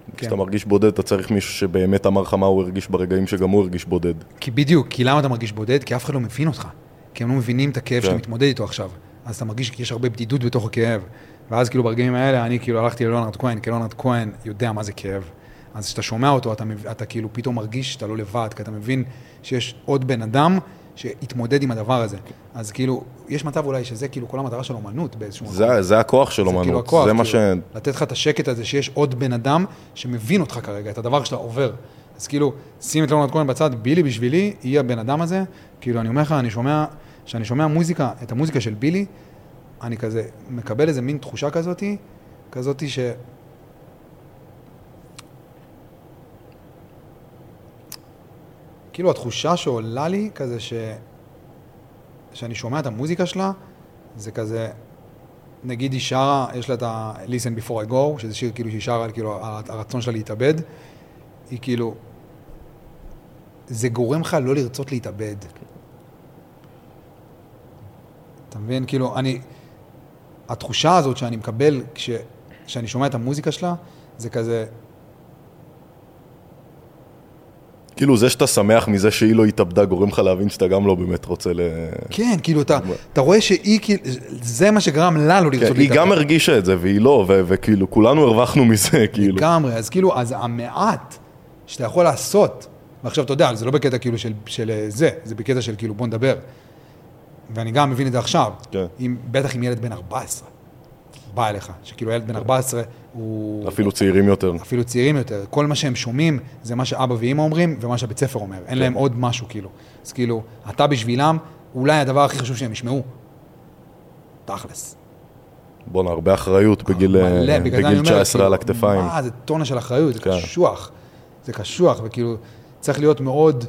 Speaker 2: כשאתה מרגיש בודד, אתה צריך מישהו שבאמת אמר לך מה הוא הרגיש ברגעים שגם הוא הרגיש בודד.
Speaker 1: כי בדיוק, כי למה אתה מרגיש בודד? כי אף אחד לא מבין אותך. כי הם לא מבינים את הכאב שאתה מתמודד איתו עכשיו. אז אתה מרגיש שיש הרבה בדידות בתוך הכאב. ואז כאילו ברגעים האלה, אני כאילו הלכתי ללונרד כהן, כי לונרד כהן יודע מה זה כאב. אז כשאתה שומע אותו, אתה, אתה כאילו פתאום מרגיש שאתה לא לבד, כי אתה מבין שיש עוד בן אדם שהתמודד עם הדבר הזה. אז כאילו, יש מצב אולי שזה כאילו כל המטרה של אומנות באיזשהו מקום.
Speaker 2: זה, זה הכוח של אומנות. זה כאילו הכוח, זה מה ש...
Speaker 1: לתת לך את השקט הזה שיש עוד בן אדם שמבין אותך כרגע, את הדבר שאתה עובר. אז כאילו, שים את לונרד כהן בצד, בילי בשבילי, היא הבן אדם הזה. כאילו, אני אומר לך, אני שומע, שאני שומע מוזיקה, את המוזיקה של בילי, אני כזה מקבל איזה מין תחושה כזאתי, כזאתי ש... כאילו התחושה שעולה לי כזה ש... שאני שומע את המוזיקה שלה, זה כזה, נגיד היא שרה, יש לה את ה- Listen Before I Go, שזה שיר כאילו שהיא שרה על כאילו הרצון שלה להתאבד, היא כאילו, זה גורם לך לא לרצות להתאבד. אתה מבין? כאילו, אני, התחושה הזאת שאני מקבל כש... כשאני שומע את המוזיקה שלה, זה כזה...
Speaker 2: כאילו זה שאתה שמח מזה שהיא לא התאבדה, גורם לך להבין שאתה גם לא באמת רוצה ל...
Speaker 1: כן, כאילו אתה, אתה רואה שהיא, זה מה שגרם לה לא לרצות להתאבד.
Speaker 2: היא גם הרגישה את זה, והיא לא, וכאילו כולנו הרווחנו מזה, כאילו.
Speaker 1: לגמרי, אז כאילו, אז המעט שאתה יכול לעשות, ועכשיו אתה יודע, זה לא בקטע כאילו של, של זה, זה בקטע של כאילו בוא נדבר. ואני גם מבין את זה עכשיו,
Speaker 2: כן.
Speaker 1: עם, בטח עם ילד בן ארבע עשרה, בא אליך, שכאילו ילד בן ארבע עשרה הוא...
Speaker 2: אפילו צעירים יותר.
Speaker 1: אפילו צעירים יותר. כל מה שהם שומעים זה מה שאבא ואמא אומרים, ומה שהבית ספר אומר. אין להם עוד משהו, כאילו. אז כאילו, אתה בשבילם, אולי הדבר הכי חשוב שהם ישמעו. תכלס.
Speaker 2: בוא'נה, הרבה אחריות בגיל, בגיל תשע עשרה על הכתפיים.
Speaker 1: מה, זה טונה של אחריות, זה קשוח. זה קשוח, וכאילו, צריך להיות מאוד...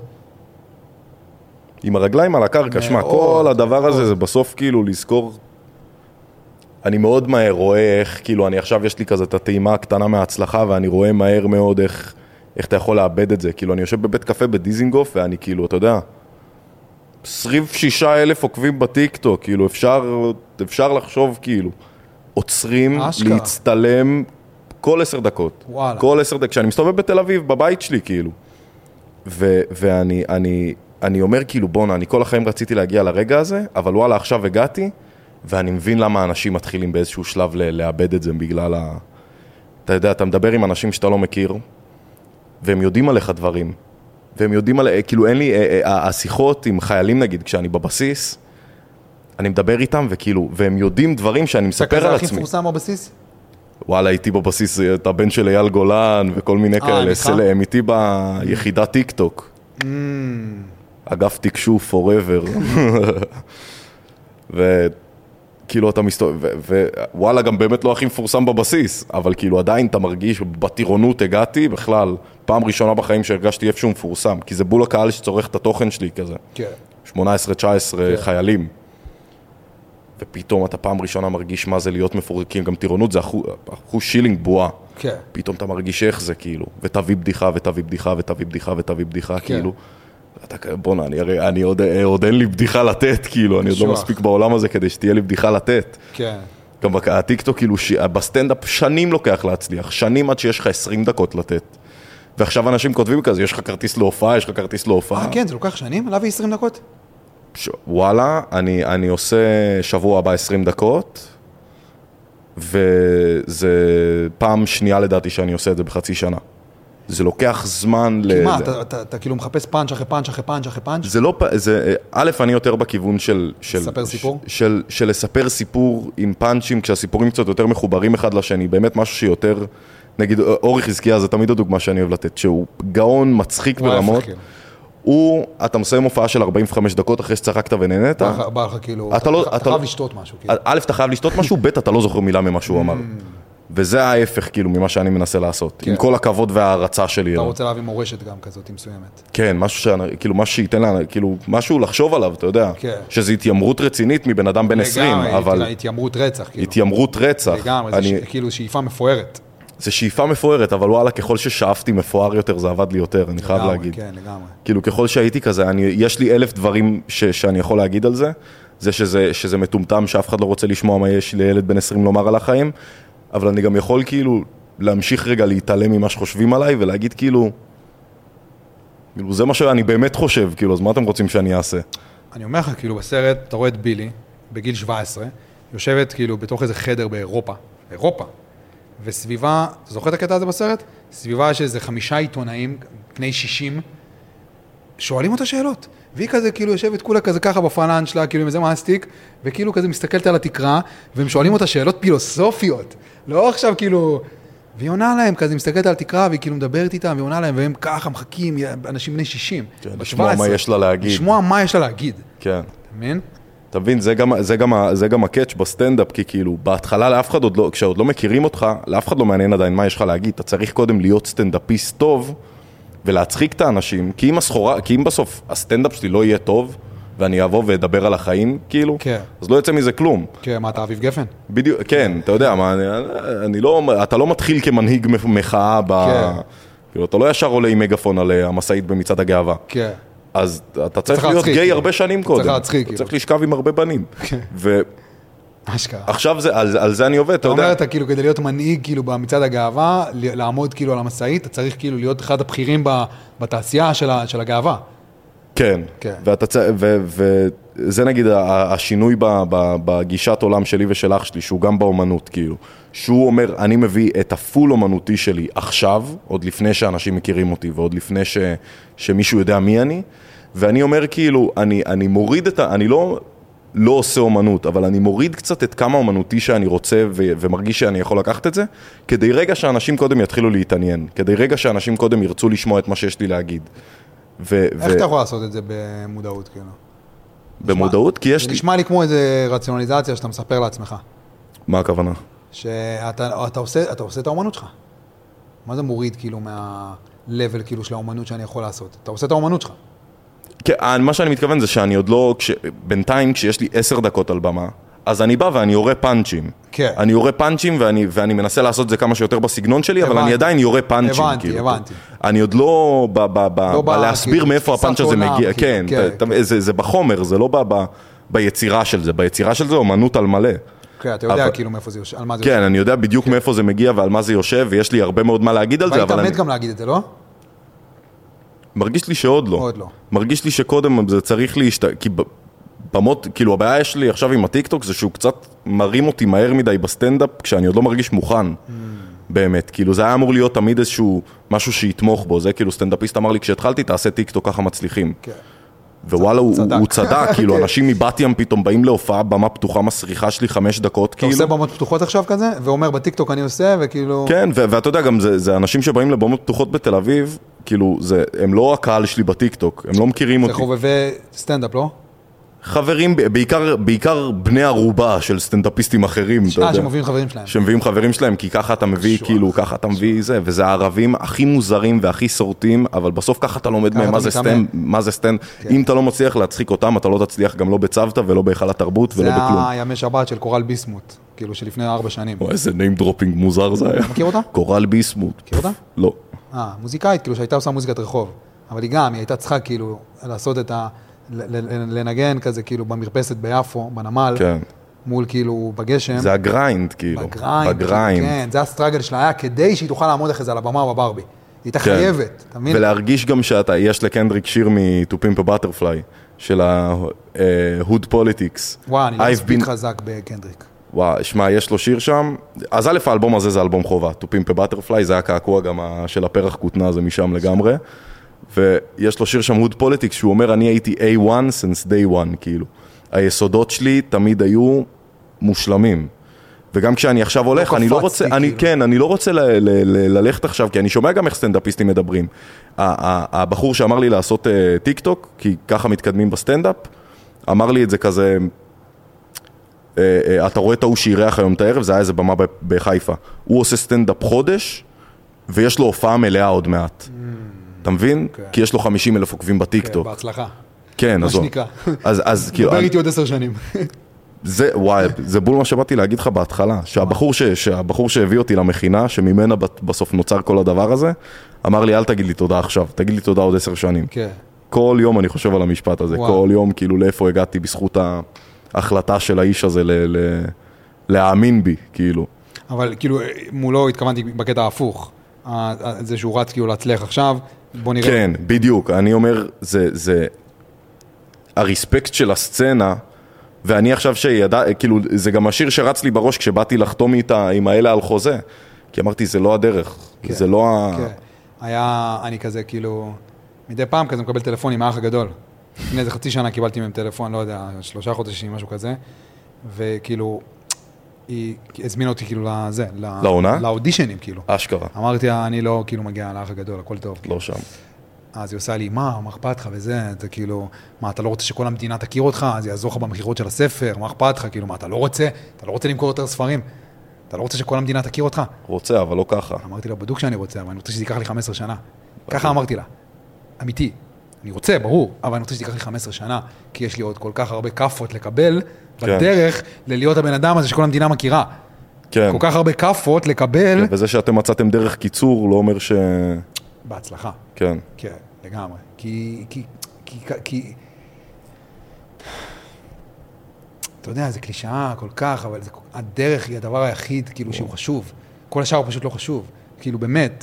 Speaker 2: עם הרגליים על הקרקע, שמה, כל הדבר הזה זה בסוף כאילו לזכור... אני מאוד מהר רואה איך, כאילו, אני עכשיו יש לי כזה את הטעימה הקטנה מההצלחה, ואני רואה מהר מאוד איך, איך אתה יכול לאבד את זה. כאילו, אני יושב בבית קפה בדיזינגוף, ואני כאילו, אתה יודע, עשרים ושישה אלף עוקבים בטיקטוק, כאילו, אפשר, אפשר לחשוב, כאילו, עוצרים,
Speaker 1: אשכה.
Speaker 2: להצטלם כל עשר דקות.
Speaker 1: וואלה.
Speaker 2: כל עשר דקות, כשאני מסתובב בתל אביב, בבית שלי, כאילו. ו, ואני, אני, אני אומר, כאילו, בונה, אני כל החיים רציתי להגיע לרגע הזה, אבל וואלה, עכשיו הגעתי, ואני מבין למה אנשים מתחילים באיזשהו שלב לאבד את זה בגלל ה... אתה יודע, אתה מדבר עם אנשים שאתה לא מכיר, והם יודעים עליך דברים, והם יודעים עליך, כאילו אין לי, השיחות עם חיילים נגיד, כשאני בבסיס, אני מדבר איתם, וכאילו, והם יודעים דברים שאני מספר על עצמי.
Speaker 1: אתה כזה הכי מפורסם בבסיס?
Speaker 2: וואלה, הייתי בבסיס, את הבן של אייל גולן, וכל מיני כאלה, הם איתי ביחידת טיק טוק. אגף תקשוף, forever. ו... כאילו אתה מסתובב, ווואלה גם באמת לא הכי מפורסם בבסיס, אבל כאילו עדיין אתה מרגיש, בטירונות הגעתי בכלל, פעם ראשונה בחיים שהרגשתי איפשהו מפורסם, כי זה בול הקהל שצורך את התוכן שלי כזה. כן. שמונה עשרה תשע עשרה כן. חיילים. ופתאום אתה פעם ראשונה מרגיש מה זה להיות מפורקים, גם טירונות זה אחוז, אחוז שילינג בועה. כן. פתאום אתה מרגיש איך זה כאילו, ותביא בדיחה ותביא בדיחה ותביא בדיחה ותביא בדיחה, כן. כאילו. אתה, בונה, אני, הרי, אני עוד, עוד אין לי בדיחה לתת, כאילו, אני עוד לא מספיק בעולם הזה כדי שתהיה לי בדיחה לתת. כן. גם הטיקטוק, כאילו, ש... בסטנדאפ שנים לוקח להצליח, שנים עד שיש לך עשרים דקות לתת. ועכשיו אנשים כותבים כזה, יש לך כרטיס להופעה, יש לך כרטיס להופעה.
Speaker 1: אה, כן, זה לוקח שנים? עליו עשרים דקות?
Speaker 2: ש... וואלה, אני, אני עושה שבוע הבא עשרים דקות, וזה פעם שנייה לדעתי שאני עושה את זה בחצי שנה. זה לוקח זמן ל...
Speaker 1: כי מה, אתה, אתה, אתה כאילו מחפש פאנץ' אחרי פאנץ' אחרי פאנץ' אחרי פאנץ'?
Speaker 2: זה לא, זה, א', אני יותר בכיוון של...
Speaker 1: לספר סיפור?
Speaker 2: של, של, של לספר סיפור עם פאנצ'ים, כשהסיפורים קצת יותר מחוברים אחד לשני, באמת משהו שיותר, נגיד, אורי חזקיה, זה תמיד הדוגמה שאני אוהב לתת, שהוא גאון מצחיק ברמות, הוא, אתה מסיים הופעה של ארבעים וחמש דקות אחרי שצחקת ונהנית.
Speaker 1: בא לך כאילו, אתה חייב לשתות משהו.
Speaker 2: א', אתה חייב לשתות משהו, ב', אתה לא זוכר מילה ממה שהוא אמר. וזה ההפך, כאילו, ממה שאני מנסה לעשות. עם כל הכבוד וההרצה שלי.
Speaker 1: אתה רוצה להביא מורשת גם כזאת, מסוימת.
Speaker 2: כן, משהו כאילו, משהו שייתן לה, כאילו, משהו לחשוב עליו, אתה יודע. שזה התיימרות רצינית מבן אדם בן עשרים, אבל...
Speaker 1: התיימרות רצח, כאילו.
Speaker 2: התיימרות רצח.
Speaker 1: לגמרי, זה כאילו שאיפה מפוארת.
Speaker 2: זה שאיפה מפוארת, אבל וואלה, ככל ששאפתי מפואר יותר, זה עבד לי יותר, אני חייב להגיד.
Speaker 1: כן, לגמרי.
Speaker 2: כאילו, ככל שהייתי כזה, יש לי אלף דברים שאני יכול להגיד על זה. זה שזה מטומטם, שאף אחד לא רוצה לשמוע מה יש לילד בן עשרים לומר על החיים. אבל אני גם יכול כאילו להמשיך רגע להתעלם ממה שחושבים עליי, ולהגיד כאילו, כאילו, זה מה שאני באמת חושב, כאילו, אז מה אתם רוצים שאני אעשה?
Speaker 1: אני אומר לך, כאילו, בסרט, אתה רואה את בילי, בגיל שבע עשרה, יושבת, כאילו, בתוך איזה חדר באירופה, אירופה, וסביבה, אתה זוכר את הקטע הזה בסרט? סביבה יש איזה חמישה עיתונאים, בני שישים, שואלים אותה שאלות. והיא כזה, כאילו, יושבת כולה כזה ככה בפנן שלה, כאילו, עם איזה מסטיק, וכאילו כזה מסתכלת על התקרה, והם שואלים אותה שאלות פילוסופיות. לא עכשיו, כאילו... והיא עונה להם, כזה מסתכלת על תקרה, והיא כאילו מדברת איתם, והיא עונה להם, והם ככה מחכים, אנשים בני שישים.
Speaker 2: כן, לשמוע מה יש לה להגיד.
Speaker 1: לשמוע מה יש לה להגיד.
Speaker 2: כן.
Speaker 1: אתה מבין?
Speaker 2: אתה מבין, זה גם, זה גם, זה גם הקאץ' בסטנדאפ, כי כאילו, בהתחלה לאף אחד עוד לא, כשעוד לא מכירים אותך, לאף אחד לא מעניין עדיין מה יש לך להגיד. אתה צריך קודם להיות סטנדאפיסט טוב, ולהצחיק את האנשים, כי אם הסחורה, כי אם בסוף הסטנדאפ שלי לא יהיה טוב, ואני אבוא ואדבר על החיים, כאילו,
Speaker 1: כן.
Speaker 2: אז לא יצא מזה כלום.
Speaker 1: כן, מה, אתה אביב גפן?
Speaker 2: בדיוק, כן, אתה יודע, מה, אני, אני לא, אתה לא מתחיל כמנהיג מחאה, ב,
Speaker 1: כן.
Speaker 2: כאילו, אתה לא ישר עולה עם מגפון על המשאית במצעד הגאווה.
Speaker 1: כן.
Speaker 2: אז אתה צריך להיות גיי הרבה שנים קודם.
Speaker 1: צריך להצחיק.
Speaker 2: אתה צריך לשכב עם הרבה בנים. ו...
Speaker 1: אשכרה.
Speaker 2: עכשיו זה, על, על זה אני עובד, אתה יודע.
Speaker 1: אתה אומר, אתה כאילו, כדי להיות מנהיג, כאילו, במצעד הגאווה, לעמוד כאילו על המשאית, אתה צריך כאילו להיות אחד הבכירים בתעשייה של, ה, של הגאווה.
Speaker 2: כן.
Speaker 1: כן.
Speaker 2: ואתה, ו, וזה נגיד השינוי בגישת עולם שלי ושל אח שלי, שהוא גם באומנות, כאילו. שהוא אומר, אני מביא את הפול אומנותי שלי עכשיו, עוד לפני שאנשים מכירים אותי, ועוד לפני ש, שמישהו יודע מי אני, ואני אומר כאילו, אני, אני מוריד את ה... אני לא... לא עושה אומנות, אבל אני מוריד קצת את כמה אומנותי שאני רוצה ו- ומרגיש שאני יכול לקחת את זה, כדי רגע שאנשים קודם יתחילו להתעניין, כדי רגע שאנשים קודם ירצו לשמוע את מה שיש לי להגיד. ו-
Speaker 1: איך
Speaker 2: ו-
Speaker 1: אתה יכול לעשות את זה במודעות, כאילו?
Speaker 2: במודעות? כי יש
Speaker 1: זה
Speaker 2: לי...
Speaker 1: נשמע לי כמו איזה רציונליזציה שאתה מספר לעצמך.
Speaker 2: מה הכוונה?
Speaker 1: שאתה אתה עושה, אתה עושה את האומנות שלך. מה זה מוריד, כאילו, מה-level, כאילו, של האומנות שאני יכול לעשות? אתה עושה את האומנות שלך.
Speaker 2: כן, מה שאני מתכוון זה שאני עוד לא, כש... בינתיים כשיש לי עשר דקות על במה, אז אני בא ואני יורה פאנצ'ים.
Speaker 1: כן.
Speaker 2: אני יורה פאנצ'ים ואני, ואני מנסה לעשות את זה כמה שיותר בסגנון שלי, הבנתי. אבל אני עדיין יורה פאנצ'ים.
Speaker 1: הבנתי,
Speaker 2: כאילו.
Speaker 1: הבנתי.
Speaker 2: אני עוד לא בא, בא, בא,
Speaker 1: לא
Speaker 2: בא להסביר
Speaker 1: כאילו,
Speaker 2: מאיפה הפאנצ' הזה מגיע.
Speaker 1: כאילו,
Speaker 2: כן,
Speaker 1: כן,
Speaker 2: ת, כן. זה, זה בחומר, זה לא בא ב, ביצירה של זה. ביצירה של זה אומנות על מלא.
Speaker 1: כן, אתה יודע
Speaker 2: אבל...
Speaker 1: כאילו מאיפה זה יושב, על מה זה
Speaker 2: כן,
Speaker 1: יושב.
Speaker 2: אני יודע בדיוק כן. מאיפה זה מגיע ועל מה זה יושב, ויש לי הרבה מאוד מה להגיד על זה,
Speaker 1: והיית
Speaker 2: אבל...
Speaker 1: מת
Speaker 2: אני...
Speaker 1: גם להגיד את זה, לא?
Speaker 2: מרגיש לי שעוד לא.
Speaker 1: עוד לא.
Speaker 2: מרגיש לי שקודם זה צריך להשת... כי במות, כאילו הבעיה יש לי עכשיו עם הטיקטוק זה שהוא קצת מרים אותי מהר מדי בסטנדאפ כשאני עוד לא מרגיש מוכן. Mm. באמת, כאילו זה היה אמור להיות תמיד איזשהו משהו שיתמוך בו, זה כאילו סטנדאפיסט אמר לי כשהתחלתי תעשה טיקטוק ככה מצליחים. כן. ווואלה, הוא, הוא צדק, כאילו אנשים מבת ים פתאום באים להופעה, במה פתוחה מסריחה שלי חמש דקות, כאילו.
Speaker 1: אתה עושה במות פתוחות עכשיו כזה, ואומר בטיקטוק אני עושה, וכאילו...
Speaker 2: כן, ואתה יודע גם, זה אנשים שבאים לבמות פתוחות בתל אביב, כאילו, הם לא הקהל שלי בטיקטוק, הם לא מכירים אותי.
Speaker 1: זה חובבי סטנדאפ, לא?
Speaker 2: חברים, בעיקר, בעיקר בני ערובה של סטנדאפיסטים אחרים, אתה יודע.
Speaker 1: אה, שמביאים חברים שלהם.
Speaker 2: שמביאים חברים שלהם, כי ככה אתה מביא, כאילו, ככה אתה מביא זה, וזה הערבים הכי מוזרים והכי סורטים, אבל בסוף ככה אתה לומד מהם מה זה סטנד, מה זה סטנד. אם אתה לא מצליח להצחיק אותם, אתה לא תצליח גם לא בצוותא ולא בהיכל התרבות ולא בכלום.
Speaker 1: זה הימי שבת של קורל ביסמוט, כאילו שלפני ארבע שנים.
Speaker 2: או איזה name dropping מוזר זה היה.
Speaker 1: מכיר אותה?
Speaker 2: קורל ביסמוט.
Speaker 1: מכיר אותה?
Speaker 2: לא.
Speaker 1: אה, מוזיקאית, כאילו שהייתה עושה מוזיקת רחוב. אבל היא גם, היא הייתה צריכה כאילו לעשות את ה... לנגן כזה כאילו במרפסת ביפו, בנמל,
Speaker 2: כן.
Speaker 1: מול כאילו בגשם.
Speaker 2: זה הגריינד כאילו.
Speaker 1: בגריינד.
Speaker 2: בגריינד.
Speaker 1: כן, זה הסטרגל שלה היה כדי שהיא תוכל לעמוד אחרי זה על הבמה או בברבי. היא הייתה חייבת, אתה מבין?
Speaker 2: ולהרגיש גם שאתה, יש לקנדריק שיר מ-To Pimp a Butterfly, של ה-Hood Politics.
Speaker 1: וואו, אני לא מספיק חזק בקנדריק.
Speaker 2: וואו, שמע, יש לו שיר שם, אז א' האלבום הזה זה אלבום חובה, To Pimp a Butterfly, זה היה קעקוע גם של הפרח כותנה, זה משם לגמרי. ויש לו שיר שם Hood Politics, שהוא אומר, אני הייתי איי וואן since day one, כאילו. היסודות שלי תמיד היו מושלמים. וגם כשאני עכשיו הולך, אני לא רוצה, אני, כן, אני לא רוצה ל- ל- ל- ללכת עכשיו, כי אני שומע גם איך סטנדאפיסטים מדברים. הבחור שאמר לי לעשות טיק טוק, כי ככה מתקדמים בסטנדאפ, אמר לי את זה כזה, אתה רואה את ההוא שירח היום את הערב, זה היה איזה במה בחיפה. הוא עושה סטנדאפ חודש, ויש לו הופעה מלאה עוד מעט. אתה מבין? כי יש לו חמישים אלף עוקבים בטיקטוק.
Speaker 1: בהצלחה.
Speaker 2: כן, אז...
Speaker 1: מה שנקרא.
Speaker 2: אז כאילו...
Speaker 1: דבר איתי עוד עשר שנים.
Speaker 2: זה, וואי, זה בול מה שבאתי להגיד לך בהתחלה, שהבחור, ש, שהבחור שהביא אותי למכינה, שממנה בסוף נוצר כל הדבר הזה, אמר לי, אל תגיד לי תודה עכשיו, תגיד לי תודה עוד עשר שנים.
Speaker 1: כן.
Speaker 2: כל יום אני חושב על המשפט הזה, כל יום, כאילו, לאיפה הגעתי בזכות ההחלטה של האיש הזה ל, ל, להאמין בי, כאילו.
Speaker 1: אבל כאילו, מולו התכוונתי בקטע ההפוך. זה שהוא רץ כאילו להצליח עכשיו, בוא נראה.
Speaker 2: כן, בדיוק. אני אומר, זה, זה הרספקט של הסצנה, ואני עכשיו שידע, כאילו, זה גם השיר שרץ לי בראש כשבאתי לחתום איתה, עם האלה על חוזה. כי אמרתי, זה לא הדרך.
Speaker 1: כן,
Speaker 2: זה לא ה...
Speaker 1: כן. היה, אני כזה, כאילו, מדי פעם כזה מקבל טלפון עם האח הגדול. לפני איזה חצי שנה קיבלתי מהם טלפון, לא יודע, שלושה חודשים, משהו כזה. וכאילו, היא הזמינה אותי כאילו לזה,
Speaker 2: לעונה?
Speaker 1: לאודישנים, כאילו.
Speaker 2: אשכרה.
Speaker 1: אמרתי, אני לא כאילו מגיע לאח הגדול, הכל טוב.
Speaker 2: לא שם.
Speaker 1: אז היא עושה לי, מה, מה אכפת לך וזה, זה כאילו, מה, אתה לא רוצה שכל המדינה תכיר אותך, אז יעזור לך במחירות של הספר, מה אכפת לך, כאילו, מה, אתה לא רוצה, אתה לא רוצה למכור יותר ספרים, אתה לא רוצה שכל המדינה תכיר אותך?
Speaker 2: רוצה, אבל לא ככה.
Speaker 1: אמרתי לה, בדוק שאני רוצה, אבל אני רוצה שזה ייקח לי חמש עשרה שנה. ככה אמרתי לה, אמיתי, אני רוצה, ברור, אבל אני רוצה שזה ייקח לי חמש עשרה שנה, כי יש לי עוד כל כך הרבה כפות לקבל, בדרך ללהיות הבן אדם הזה שכל המדינה מכירה.
Speaker 2: כן.
Speaker 1: כל כך הרבה כפות לקבל.
Speaker 2: וזה שאתם מצאתם דרך קיצור לא אומר ש...
Speaker 1: בהצלחה.
Speaker 2: כן.
Speaker 1: כן, לגמרי. כי, כי, כי, כי... אתה יודע, זה קלישאה כל כך, אבל זה, הדרך היא הדבר היחיד, כאילו, שהוא חשוב. כל השאר הוא פשוט לא חשוב. כאילו, באמת,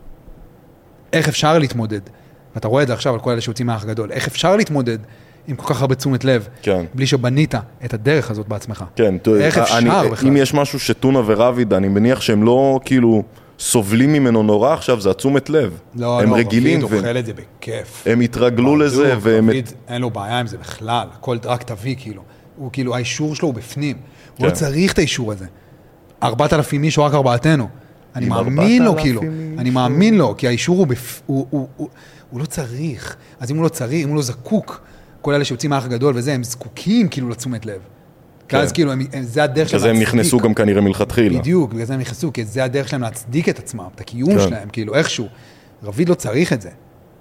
Speaker 1: איך אפשר להתמודד? ואתה רואה את זה עכשיו על כל אלה שיוצאים מהאח גדול. איך אפשר להתמודד עם כל כך הרבה תשומת לב,
Speaker 2: כן.
Speaker 1: בלי שבנית את הדרך הזאת בעצמך?
Speaker 2: כן.
Speaker 1: איך אפשר
Speaker 2: אני,
Speaker 1: בכלל?
Speaker 2: אם יש משהו שטונה ורביד, אני מניח שהם לא, כאילו... סובלים ממנו נורא עכשיו, זה עצומת לב.
Speaker 1: לא,
Speaker 2: הם
Speaker 1: לא,
Speaker 2: רגילים.
Speaker 1: רביד אוכל את זה בכיף.
Speaker 2: הם התרגלו לזה.
Speaker 1: רביד, אין לו בעיה עם זה בכלל. הכל רק תביא, כאילו. הוא, כאילו, האישור שלו הוא בפנים. הוא לא צריך את האישור הזה. ארבעת אלפים איש או רק ארבעתנו. אני מאמין לו, כאילו. אני מאמין לו, כי האישור הוא בפ... הוא לא צריך. אז אם הוא לא צריך, אם הוא לא זקוק, כל אלה שיוצאים מהאח הגדול וזה, הם זקוקים, כאילו, לתשומת לב. אז כאילו, זה הדרך שלהם
Speaker 2: להצדיק. הם נכנסו גם כנראה מלכתחילה.
Speaker 1: בדיוק, בגלל זה הם נכנסו, כי זה הדרך שלהם להצדיק את עצמם, את הקיום שלהם, כאילו, איכשהו. רביד לא צריך את זה.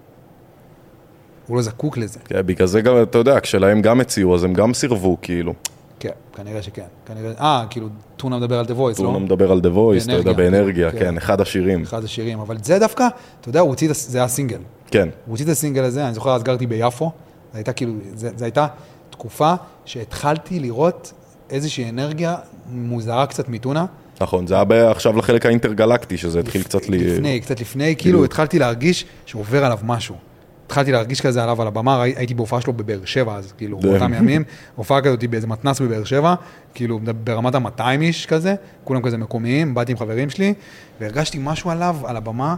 Speaker 1: הוא לא זקוק לזה.
Speaker 2: כן, בגלל זה גם, אתה יודע, כשלהם גם הציעו, אז הם גם סירבו, כאילו.
Speaker 1: כן, כנראה שכן. כנראה, אה, כאילו, טונה מדבר על The Voice, לא?
Speaker 2: טונה מדבר על The Voice, אתה יודע, באנרגיה, כן, אחד השירים.
Speaker 1: אחד השירים, אבל זה דווקא, אתה יודע, הוא הוציא, זה היה סינגל.
Speaker 2: כן.
Speaker 1: הוא הוציא את הסינגל הזה, אני זוכר, אז גרתי ביפו, זה הייתה כאילו, זה הייתה תקופה שהתחלתי לראות איזושהי אנרגיה מוזרה קצת מטונה.
Speaker 2: נכון, זה היה עכשיו לחלק האינטרגלקטי, שזה התחיל קצת לי...
Speaker 1: לפני, קצת לפני, כאילו התחלתי להרגיש שעובר עליו משהו. התחלתי להרגיש כזה עליו על הבמה, הייתי בהופעה שלו בבאר שבע, אז כאילו, באותם ימים, הופעה כזאת באיזה מתנס בבאר שבע, כאילו ברמת ה-מאתיים איש כזה, כולם כזה מקומיים, באתי עם חברים שלי, והרגשתי משהו עליו, על הבמה,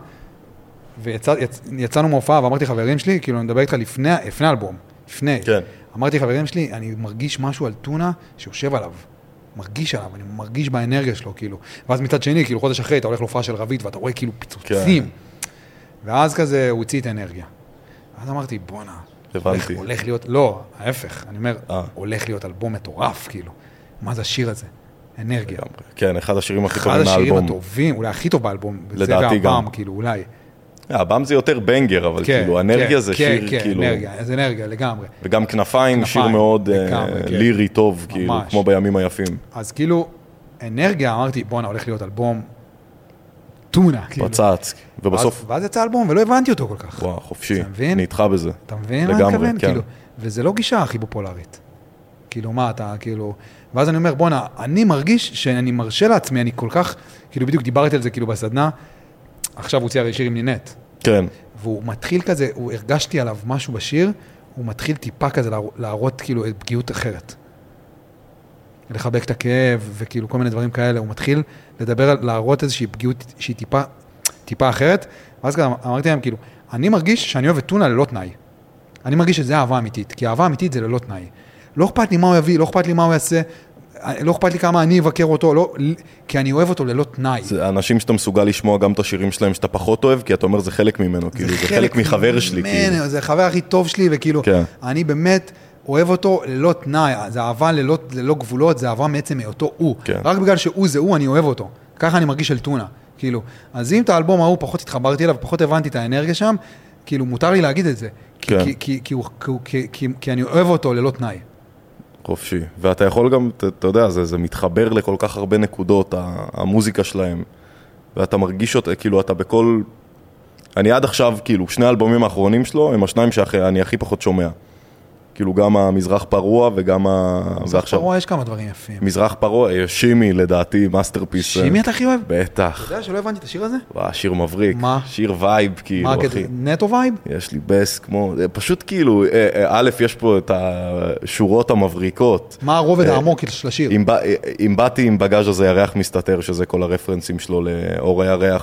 Speaker 1: ויצאנו מהופעה, ואמרתי חברים שלי, כאילו, אני מדבר איתך לפני, לפני אלבום, לפני.
Speaker 2: כן.
Speaker 1: אמרתי חברים שלי, אני מרגיש משהו על טונה שיושב עליו, מרגיש עליו, אני מרגיש באנרגיה שלו, כאילו. ואז מצד שני, כאילו חודש אחרי, אתה הולך להופעה של רביד, ואתה רואה כאילו פיצוצים. ואז כזה, הוא הוציא את האנרגיה. ואז אמרתי, בונה, הולך, הולך להיות, לא, ההפך, אני אומר, 아. הולך להיות אלבום מטורף, כאילו. מה זה השיר הזה? אנרגיה.
Speaker 2: כן, אחד השירים הכי טובים מהאלבום.
Speaker 1: אחד השירים הטובים, אולי הכי טוב באלבום.
Speaker 2: לדעתי גם.
Speaker 1: והפעם, כאילו, אולי.
Speaker 2: הבאם זה יותר בנגר, אבל כאילו, אנרגיה זה שיר, כאילו...
Speaker 1: כן, אנרגיה, זה אנרגיה, לגמרי.
Speaker 2: וגם כנפיים, שיר מאוד לירי טוב, כאילו, כמו בימים היפים.
Speaker 1: אז כאילו, אנרגיה, אמרתי, בוא'נה, הולך להיות אלבום טונה.
Speaker 2: בצץ, ובסוף...
Speaker 1: ואז יצא אלבום, ולא הבנתי אותו כל כך.
Speaker 2: וואו, חופשי, אני איתך בזה.
Speaker 1: אתה מבין מה אני מתכוון? כאילו, וזה לא גישה הכי פופולרית. כאילו, מה אתה, כאילו... ואז אני אומר, בוא'נה, אני מרגיש שאני מרשה לעצמי, אני כל כך, כאילו, בדיוק דיברתי על זה, כאילו, בסדנה, עכשיו הוא הוציא הרי שיר עם נינט.
Speaker 2: כן.
Speaker 1: והוא מתחיל כזה, הוא הרגשתי עליו משהו בשיר, הוא מתחיל טיפה כזה להראות כאילו את פגיעות אחרת. לחבק את הכאב וכאילו כל מיני דברים כאלה, הוא מתחיל לדבר, להראות איזושהי פגיעות שהיא טיפה, טיפה אחרת, ואז גם אמרתי להם כאילו, אני מרגיש שאני אוהב את טונה ללא תנאי. אני מרגיש שזה אהבה אמיתית, כי אהבה אמיתית זה ללא תנאי. לא אכפת לי מה הוא יביא, לא אכפת לי מה הוא יעשה, לא אכפת לי כמה אני אבקר אותו, לא, כי אני אוהב אותו ללא תנאי.
Speaker 2: זה אנשים שאתה מסוגל לשמוע גם את השירים שלהם שאתה פחות אוהב, כי אתה אומר זה חלק ממנו, כאילו, זה חלק מחבר שלי.
Speaker 1: ממנו, זה חבר הכי טוב שלי, וכאילו, אני באמת אוהב אותו ללא תנאי, זה אהבה ללא גבולות, זה אהבה מעצם מאותו הוא. רק בגלל שהוא זה הוא, אני אוהב אותו. ככה אני מרגיש של טונה, כאילו. אז אם את האלבום ההוא פחות התחברתי אליו, פחות הבנתי את האנרגיה שם, כאילו, מותר לי להגיד את זה. כי אני אוהב אותו ללא תנאי.
Speaker 2: חופשי, ואתה יכול גם, אתה, אתה יודע, זה, זה מתחבר לכל כך הרבה נקודות, המוזיקה שלהם, ואתה מרגיש אותה, כאילו, אתה בכל... אני עד עכשיו, כאילו, שני האלבומים האחרונים שלו, הם השניים שאני הכי פחות שומע. כאילו גם המזרח פרוע וגם ה...
Speaker 1: מזרח פרוע יש כמה דברים יפים.
Speaker 2: מזרח פרוע, שימי לדעתי, מאסטרפיס.
Speaker 1: שימי אתה הכי אוהב?
Speaker 2: בטח.
Speaker 1: אתה יודע שלא הבנתי את השיר הזה?
Speaker 2: וואו, שיר מבריק.
Speaker 1: מה?
Speaker 2: שיר וייב, כאילו,
Speaker 1: מה,
Speaker 2: אחי.
Speaker 1: נטו וייב?
Speaker 2: יש לי בס כמו, פשוט כאילו, א', יש פה את השורות המבריקות.
Speaker 1: מה הרובד העמוק של השיר?
Speaker 2: אם באתי עם בגאז' הזה ירח מסתתר, שזה כל הרפרנסים שלו לאורי ירח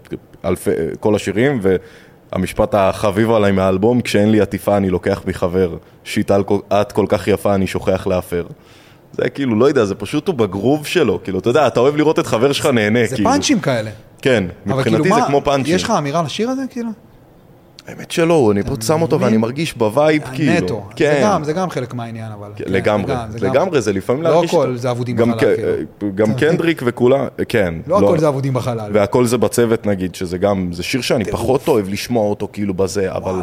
Speaker 2: וכל השירים, והמשפט החביב עליי מהאלבום, כשאין לי עטיפה אני לוקח מחבר, שיטה את כל כך יפה אני שוכח לאפר. זה כאילו, לא יודע, זה פשוט הוא בגרוב שלו, כאילו, אתה יודע, אתה אוהב לראות את חבר שלך נהנה,
Speaker 1: זה
Speaker 2: כאילו.
Speaker 1: פאנצ'ים כאלה.
Speaker 2: כן, מבחינתי זה כמו פאנצ'ים.
Speaker 1: יש לך אמירה לשיר הזה, כאילו?
Speaker 2: האמת שלא, אני פשוט שם אותו ואני מרגיש בווייב, כאילו.
Speaker 1: נטו, זה גם חלק מהעניין, אבל.
Speaker 2: לגמרי, לגמרי, זה לפעמים להרגיש...
Speaker 1: לא הכל זה עבודים בחלל,
Speaker 2: כאילו. גם קנדריק וכולה, כן.
Speaker 1: לא הכל זה עבודים בחלל.
Speaker 2: והכל זה בצוות, נגיד, שזה גם, זה שיר שאני פחות אוהב לשמוע אותו, כאילו, בזה, אבל...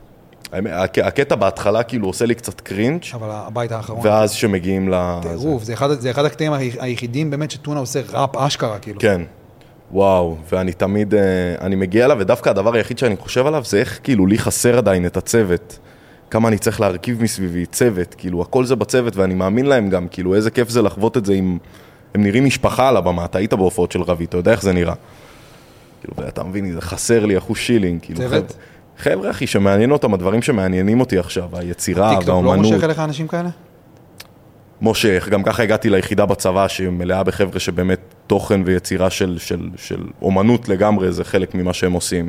Speaker 2: הקטע בהתחלה כאילו עושה לי קצת קרינג'
Speaker 1: אבל הבית האחרון
Speaker 2: ואז שמגיעים ל...
Speaker 1: טירוף, זה אחד הקטעים היחידים באמת שטונה עושה ראפ אשכרה כאילו.
Speaker 2: כן, וואו, ואני תמיד, אני מגיע אליו ודווקא הדבר היחיד שאני חושב עליו זה איך כאילו לי חסר עדיין את הצוות, כמה אני צריך להרכיב מסביבי, צוות, כאילו הכל זה בצוות ואני מאמין להם גם, כאילו איזה כיף זה לחוות את זה אם הם נראים משפחה על הבמה, אתה היית בהופעות של רבי, אתה יודע איך זה נראה. כאילו, ואתה מבין, זה חסר לי אחוז שילינג, כאילו,
Speaker 1: צוות?
Speaker 2: חבר'ה, אחי, שמעניין אותם, הדברים שמעניינים אותי עכשיו, היצירה והאומנות.
Speaker 1: טיקטוק לא מושך אליך אנשים כאלה?
Speaker 2: מושך, גם ככה הגעתי ליחידה בצבא, שמלאה בחבר'ה שבאמת תוכן ויצירה של, של, של אומנות לגמרי, זה חלק ממה שהם עושים.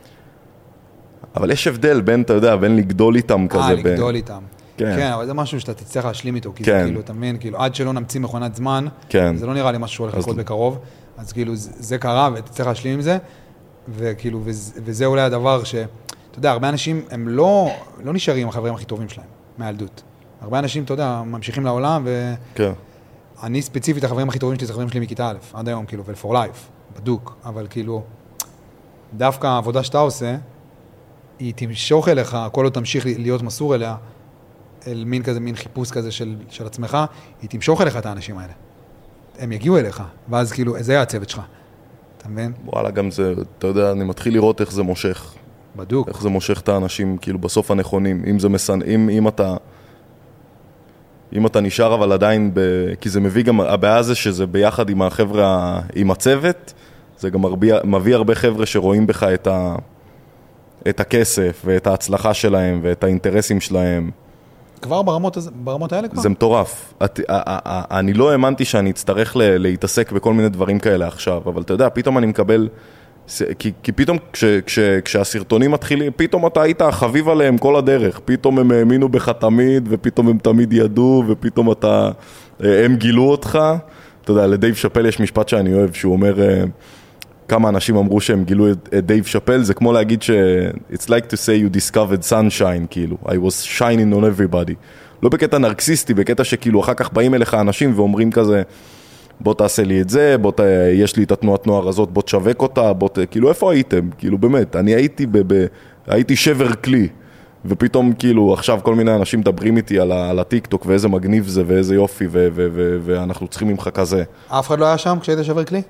Speaker 2: אבל יש הבדל בין, אתה יודע, בין לגדול איתם כזה.
Speaker 1: אה, לגדול איתם.
Speaker 2: כן.
Speaker 1: כן, אבל זה משהו שאתה תצטרך להשלים איתו, כי
Speaker 2: כן.
Speaker 1: זה כאילו, תמיין, כאילו, עד שלא נמציא מכונת זמן,
Speaker 2: כן.
Speaker 1: זה לא נראה לי משהו שהולך לקרות בקרוב, אז כאילו, זה, זה קרה ותצטרך להשלים עם זה, וכאילו, וזה, וזה אולי הדבר ש... אתה יודע, הרבה אנשים הם לא, לא נשארים החברים הכי טובים שלהם, מהילדות. הרבה אנשים, אתה יודע, ממשיכים לעולם,
Speaker 2: כן.
Speaker 1: ואני ספציפית, החברים הכי טובים שלי, זה החברים שלי מכיתה א', עד היום, כאילו, ול-for life, בדוק, אבל כאילו, דווקא העבודה שאתה עושה, היא תמשוך אליך, כל עוד תמשיך להיות מסור אליה, אל מין כזה, מין חיפוש כזה של, של עצמך, היא תמשוך אליך את האנשים האלה. הם יגיעו אליך, ואז כאילו, זה היה הצוות שלך. אתה מבין?
Speaker 2: וואלה, גם זה, אתה יודע, אני מתחיל לראות איך זה מושך.
Speaker 1: בדוק.
Speaker 2: איך זה מושך את האנשים, כאילו, בסוף הנכונים. אם זה מסנ... אם, אם אתה... אם אתה נשאר, אבל עדיין, ב... כי זה מביא גם, הבעיה זה שזה ביחד עם החבר'ה, עם הצוות, זה גם הרבה... מביא הרבה חבר'ה שרואים בך את ה... את הכסף, ואת ההצלחה שלהם, ואת האינטרסים שלהם.
Speaker 1: כבר ברמות, ברמות האלה כבר?
Speaker 2: זה מטורף. את... אני לא האמנתי שאני אצטרך ל... להתעסק בכל מיני דברים כאלה עכשיו, אבל אתה יודע, פתאום אני מקבל... כי, כי פתאום כש, כש, כשהסרטונים מתחילים, פתאום אתה היית חביב עליהם כל הדרך, פתאום הם האמינו בך תמיד, ופתאום הם תמיד ידעו, ופתאום אתה, הם גילו אותך. אתה יודע, לדייב שאפל יש משפט שאני אוהב, שהוא אומר, כמה אנשים אמרו שהם גילו את, את דייב שאפל, זה כמו להגיד ש... It's like to say you discovered sunshine, כאילו. I was shining on everybody. לא בקטע נרקסיסטי, בקטע שכאילו אחר כך באים אליך אנשים ואומרים כזה, בוא תעשה לי את זה, בוא ת... יש לי את התנועת נוער הזאת, בוא תשווק אותה, בוא ת... כאילו, איפה הייתם? כאילו, באמת, אני הייתי ב... ב... הייתי שבר כלי, ופתאום, כאילו, עכשיו כל מיני אנשים מדברים איתי על, ה... על הטיקטוק, ואיזה מגניב זה, ואיזה יופי, ו... ו... ו... ואנחנו צריכים ממך כזה.
Speaker 1: אף אחד לא היה שם כשהיית שבר כלי?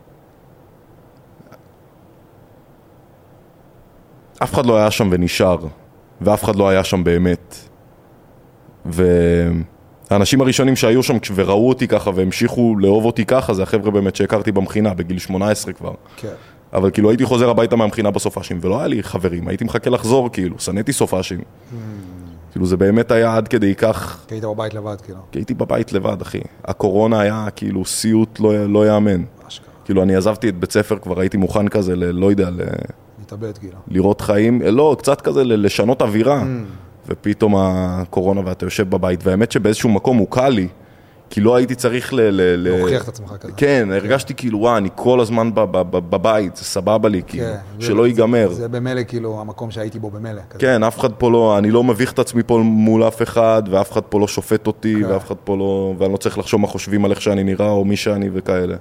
Speaker 2: אף אחד לא היה שם ונשאר, ואף אחד לא היה שם באמת. ו... האנשים הראשונים שהיו שם וראו אותי ככה והמשיכו לאהוב אותי ככה, זה החבר'ה באמת שהכרתי במכינה, בגיל שמונה עשרה כבר. כן. אבל כאילו הייתי חוזר הביתה מהמכינה בסופשים, ולא היה לי חברים, הייתי מחכה לחזור כאילו, סניתי סופשים. Mm. כאילו זה באמת היה עד כדי כך...
Speaker 1: כי היית בבית לבד כאילו.
Speaker 2: כי הייתי בבית לבד, אחי. הקורונה היה כאילו סיוט לא, לא יאמן. אשכרה. כאילו אני עזבתי את בית ספר, כבר הייתי מוכן כזה, ל, לא יודע, ל...
Speaker 1: להתאבד כאילו.
Speaker 2: לראות חיים, לא, קצת כזה לשנות אווירה. Mm. ופתאום הקורונה ואתה יושב בבית, והאמת שבאיזשהו מקום הוא קל לי, כי לא הייתי צריך ל...
Speaker 1: להוכיח את עצמך כזה.
Speaker 2: כן, הרגשתי כאילו, וואה, אני כל הזמן בבית, זה סבבה לי, כאילו, שלא ייגמר.
Speaker 1: זה במלא כאילו המקום שהייתי בו במלא.
Speaker 2: כן, אף אחד פה לא, אני לא מביך את עצמי פה מול אף אחד, ואף אחד פה לא שופט אותי, ואף אחד פה לא, ואני לא צריך לחשוב מה חושבים על איך שאני נראה, או מי שאני וכאלה.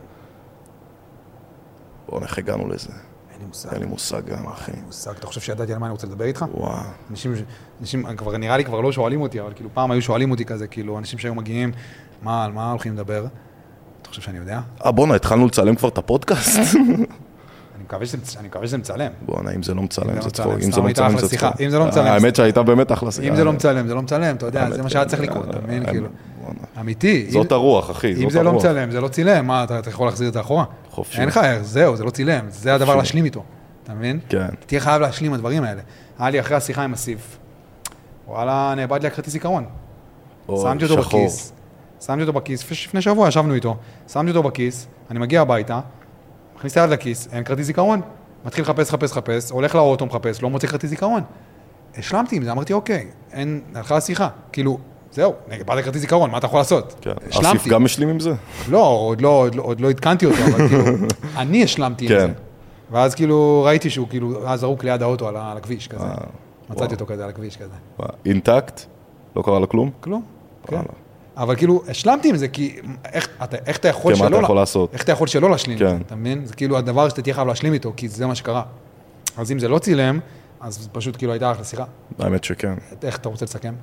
Speaker 2: בואו, איך הגענו לזה? אין לי מושג גם, אחי.
Speaker 1: מושג, אתה חושב שידעתי על מה אני רוצה לדבר איתך?
Speaker 2: וואו.
Speaker 1: אנשים, אנשים, כבר נראה לי כבר לא שואלים אותי, אבל כאילו פעם היו שואלים אותי כזה, כאילו אנשים שהיו מגיעים, מה, על מה הולכים לדבר? אתה חושב שאני יודע?
Speaker 2: אה, בוא'נה, התחלנו לצלם כבר את הפודקאסט?
Speaker 1: אני אני מקווה שזה, אני מקווה שזה מצלם.
Speaker 2: בוא'נה, אם זה לא מצלם, זה
Speaker 1: לא
Speaker 2: צחוק.
Speaker 1: מצלם,
Speaker 2: אם זה
Speaker 1: סתם
Speaker 2: לא
Speaker 1: הייתה
Speaker 2: מצלם,
Speaker 1: אחלה
Speaker 2: זה
Speaker 1: שיחה.
Speaker 2: צחוק.
Speaker 1: אם זה לא מצלם,
Speaker 2: האמת שהייתה באמת אחלה שיחה.
Speaker 1: אם זה לא מצלם, זה לא מצלם, אתה יודע, זה מה שהיה צריך לקרות, אתה מבין, כאילו. אמיתי.
Speaker 2: זאת הרוח, אחי, זאת
Speaker 1: אם זה לא
Speaker 2: הרוח.
Speaker 1: מצלם, זה לא צילם, מה, אתה יכול להחזיר את זה אחורה?
Speaker 2: חופשי.
Speaker 1: אין לך, זהו, זה לא צילם, זה הדבר להשלים איתו, אתה מבין?
Speaker 2: כן.
Speaker 1: תהיה חייב להשלים הדברים האלה. היה לי אחרי השיחה עם אסיף, וואלה, נאבד לי הכרטיס זיכרון. שמתי אותו בכיס, שמתי אותו בכיס, לפני שבוע ישבנו איתו, שמתי אותו בכיס, אני מגיע הביתה, מכניס את היד לכיס, אין כרטיס זיכרון, מתחיל לחפש, חפש, חפש, הולך לאוטו, מחפש, לא מוצא כרטיס זיכרון. השלמתי עם זה, אמרתי, אוקיי, אין, הלכה לשיחה, כאילו, זהו, נאבד לי כרטיס זיכרון, מה אתה יכול לעשות?
Speaker 2: כן.
Speaker 1: השלמתי.
Speaker 2: אסיף גם משלים עם זה?
Speaker 1: לא, עוד לא, עוד לא, עוד לא התקנתי אותו, אבל כאילו, אני השלמתי עם
Speaker 2: כן.
Speaker 1: זה. ואז כאילו, ראיתי שהוא כאילו, אז זרוק ליד האוטו על ה- על הכביש כזה.
Speaker 2: אה,
Speaker 1: מצאתי
Speaker 2: וואו.
Speaker 1: אותו כזה על הכביש כזה.
Speaker 2: אינטקט? לא קרה לו כלום?
Speaker 1: כלום, כן.
Speaker 2: וואלה.
Speaker 1: אבל כאילו, השלמתי עם זה, כי איך אתה, איך אתה יכול
Speaker 2: כן, מה
Speaker 1: שלא...
Speaker 2: אתה יכול לעשות?
Speaker 1: איך אתה יכול שלא להשלים
Speaker 2: כן.
Speaker 1: עם זה, אתה מבין? זה כאילו הדבר שאתה תהיה חייב להשלים איתו, כי זה מה שקרה. אז אם זה לא צילם, אז פשוט כאילו הייתה אחלה שיחה.
Speaker 2: האמת שכן.
Speaker 1: איך אתה רוצה לסכם?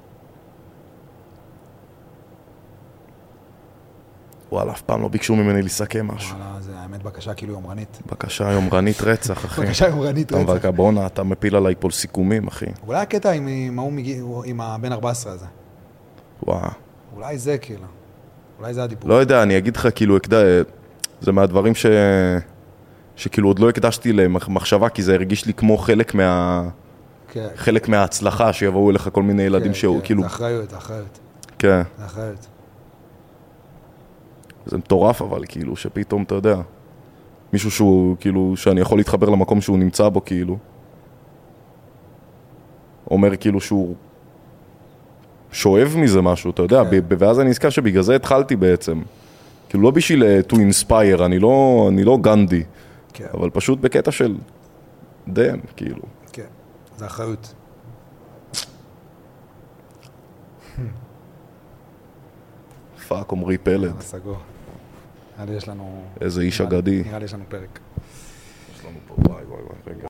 Speaker 2: וואלה, אף פעם לא ביקשו ממני לסכם משהו.
Speaker 1: וואלה, זה האמת בקשה כאילו יומרנית.
Speaker 2: בקשה יומרנית רצח, אחי.
Speaker 1: בקשה יומרנית
Speaker 2: אתה
Speaker 1: רצח.
Speaker 2: מבקה, בואנה, אתה מפיל עליי פה סיכומים, אחי.
Speaker 1: אולי הקטע עם, עם, ההוא מגיע- עם הבן ארבע עשרה הזה.
Speaker 2: וואו.
Speaker 1: אולי זה כאילו. אולי זה הדיבור.
Speaker 2: לא יודע, אני אגיד לך, כאילו, הקד... זה מהדברים ש... שכאילו עוד לא הקדשתי למחשבה, כי זה הרגיש לי כמו חלק מה...
Speaker 1: כן.
Speaker 2: חלק מההצלחה, שיבואו אליך כל מיני ילדים
Speaker 1: כן,
Speaker 2: שהוא,
Speaker 1: כן.
Speaker 2: כאילו...
Speaker 1: זה אחריות, זה אחריות.
Speaker 2: כן.
Speaker 1: זה אחריות.
Speaker 2: זה מטורף, אבל כאילו, שפתאום, אתה יודע, מישהו שהוא, כאילו, שאני יכול להתחבר למקום שהוא נמצא בו, כאילו, אומר כאילו שהוא שואב מזה משהו, אתה יודע,
Speaker 1: כן.
Speaker 2: ב- ואז אני נזכר שבגלל זה התחלתי בעצם. כאילו, לא בשביל uh, to inspire, אני לא, אני לא גנדי,
Speaker 1: כן.
Speaker 2: אבל פשוט בקטע של דם, כאילו.
Speaker 1: כן. זה אחריות.
Speaker 2: פאק, עומרי פלד,
Speaker 1: יאללה, סגור. נראה לי יש לנו...
Speaker 2: איזה איש
Speaker 1: נראה לי-
Speaker 2: אגדי.
Speaker 1: נראה לי יש לנו פרק.
Speaker 2: יש לנו פה, וואי וואי וואי, רגע.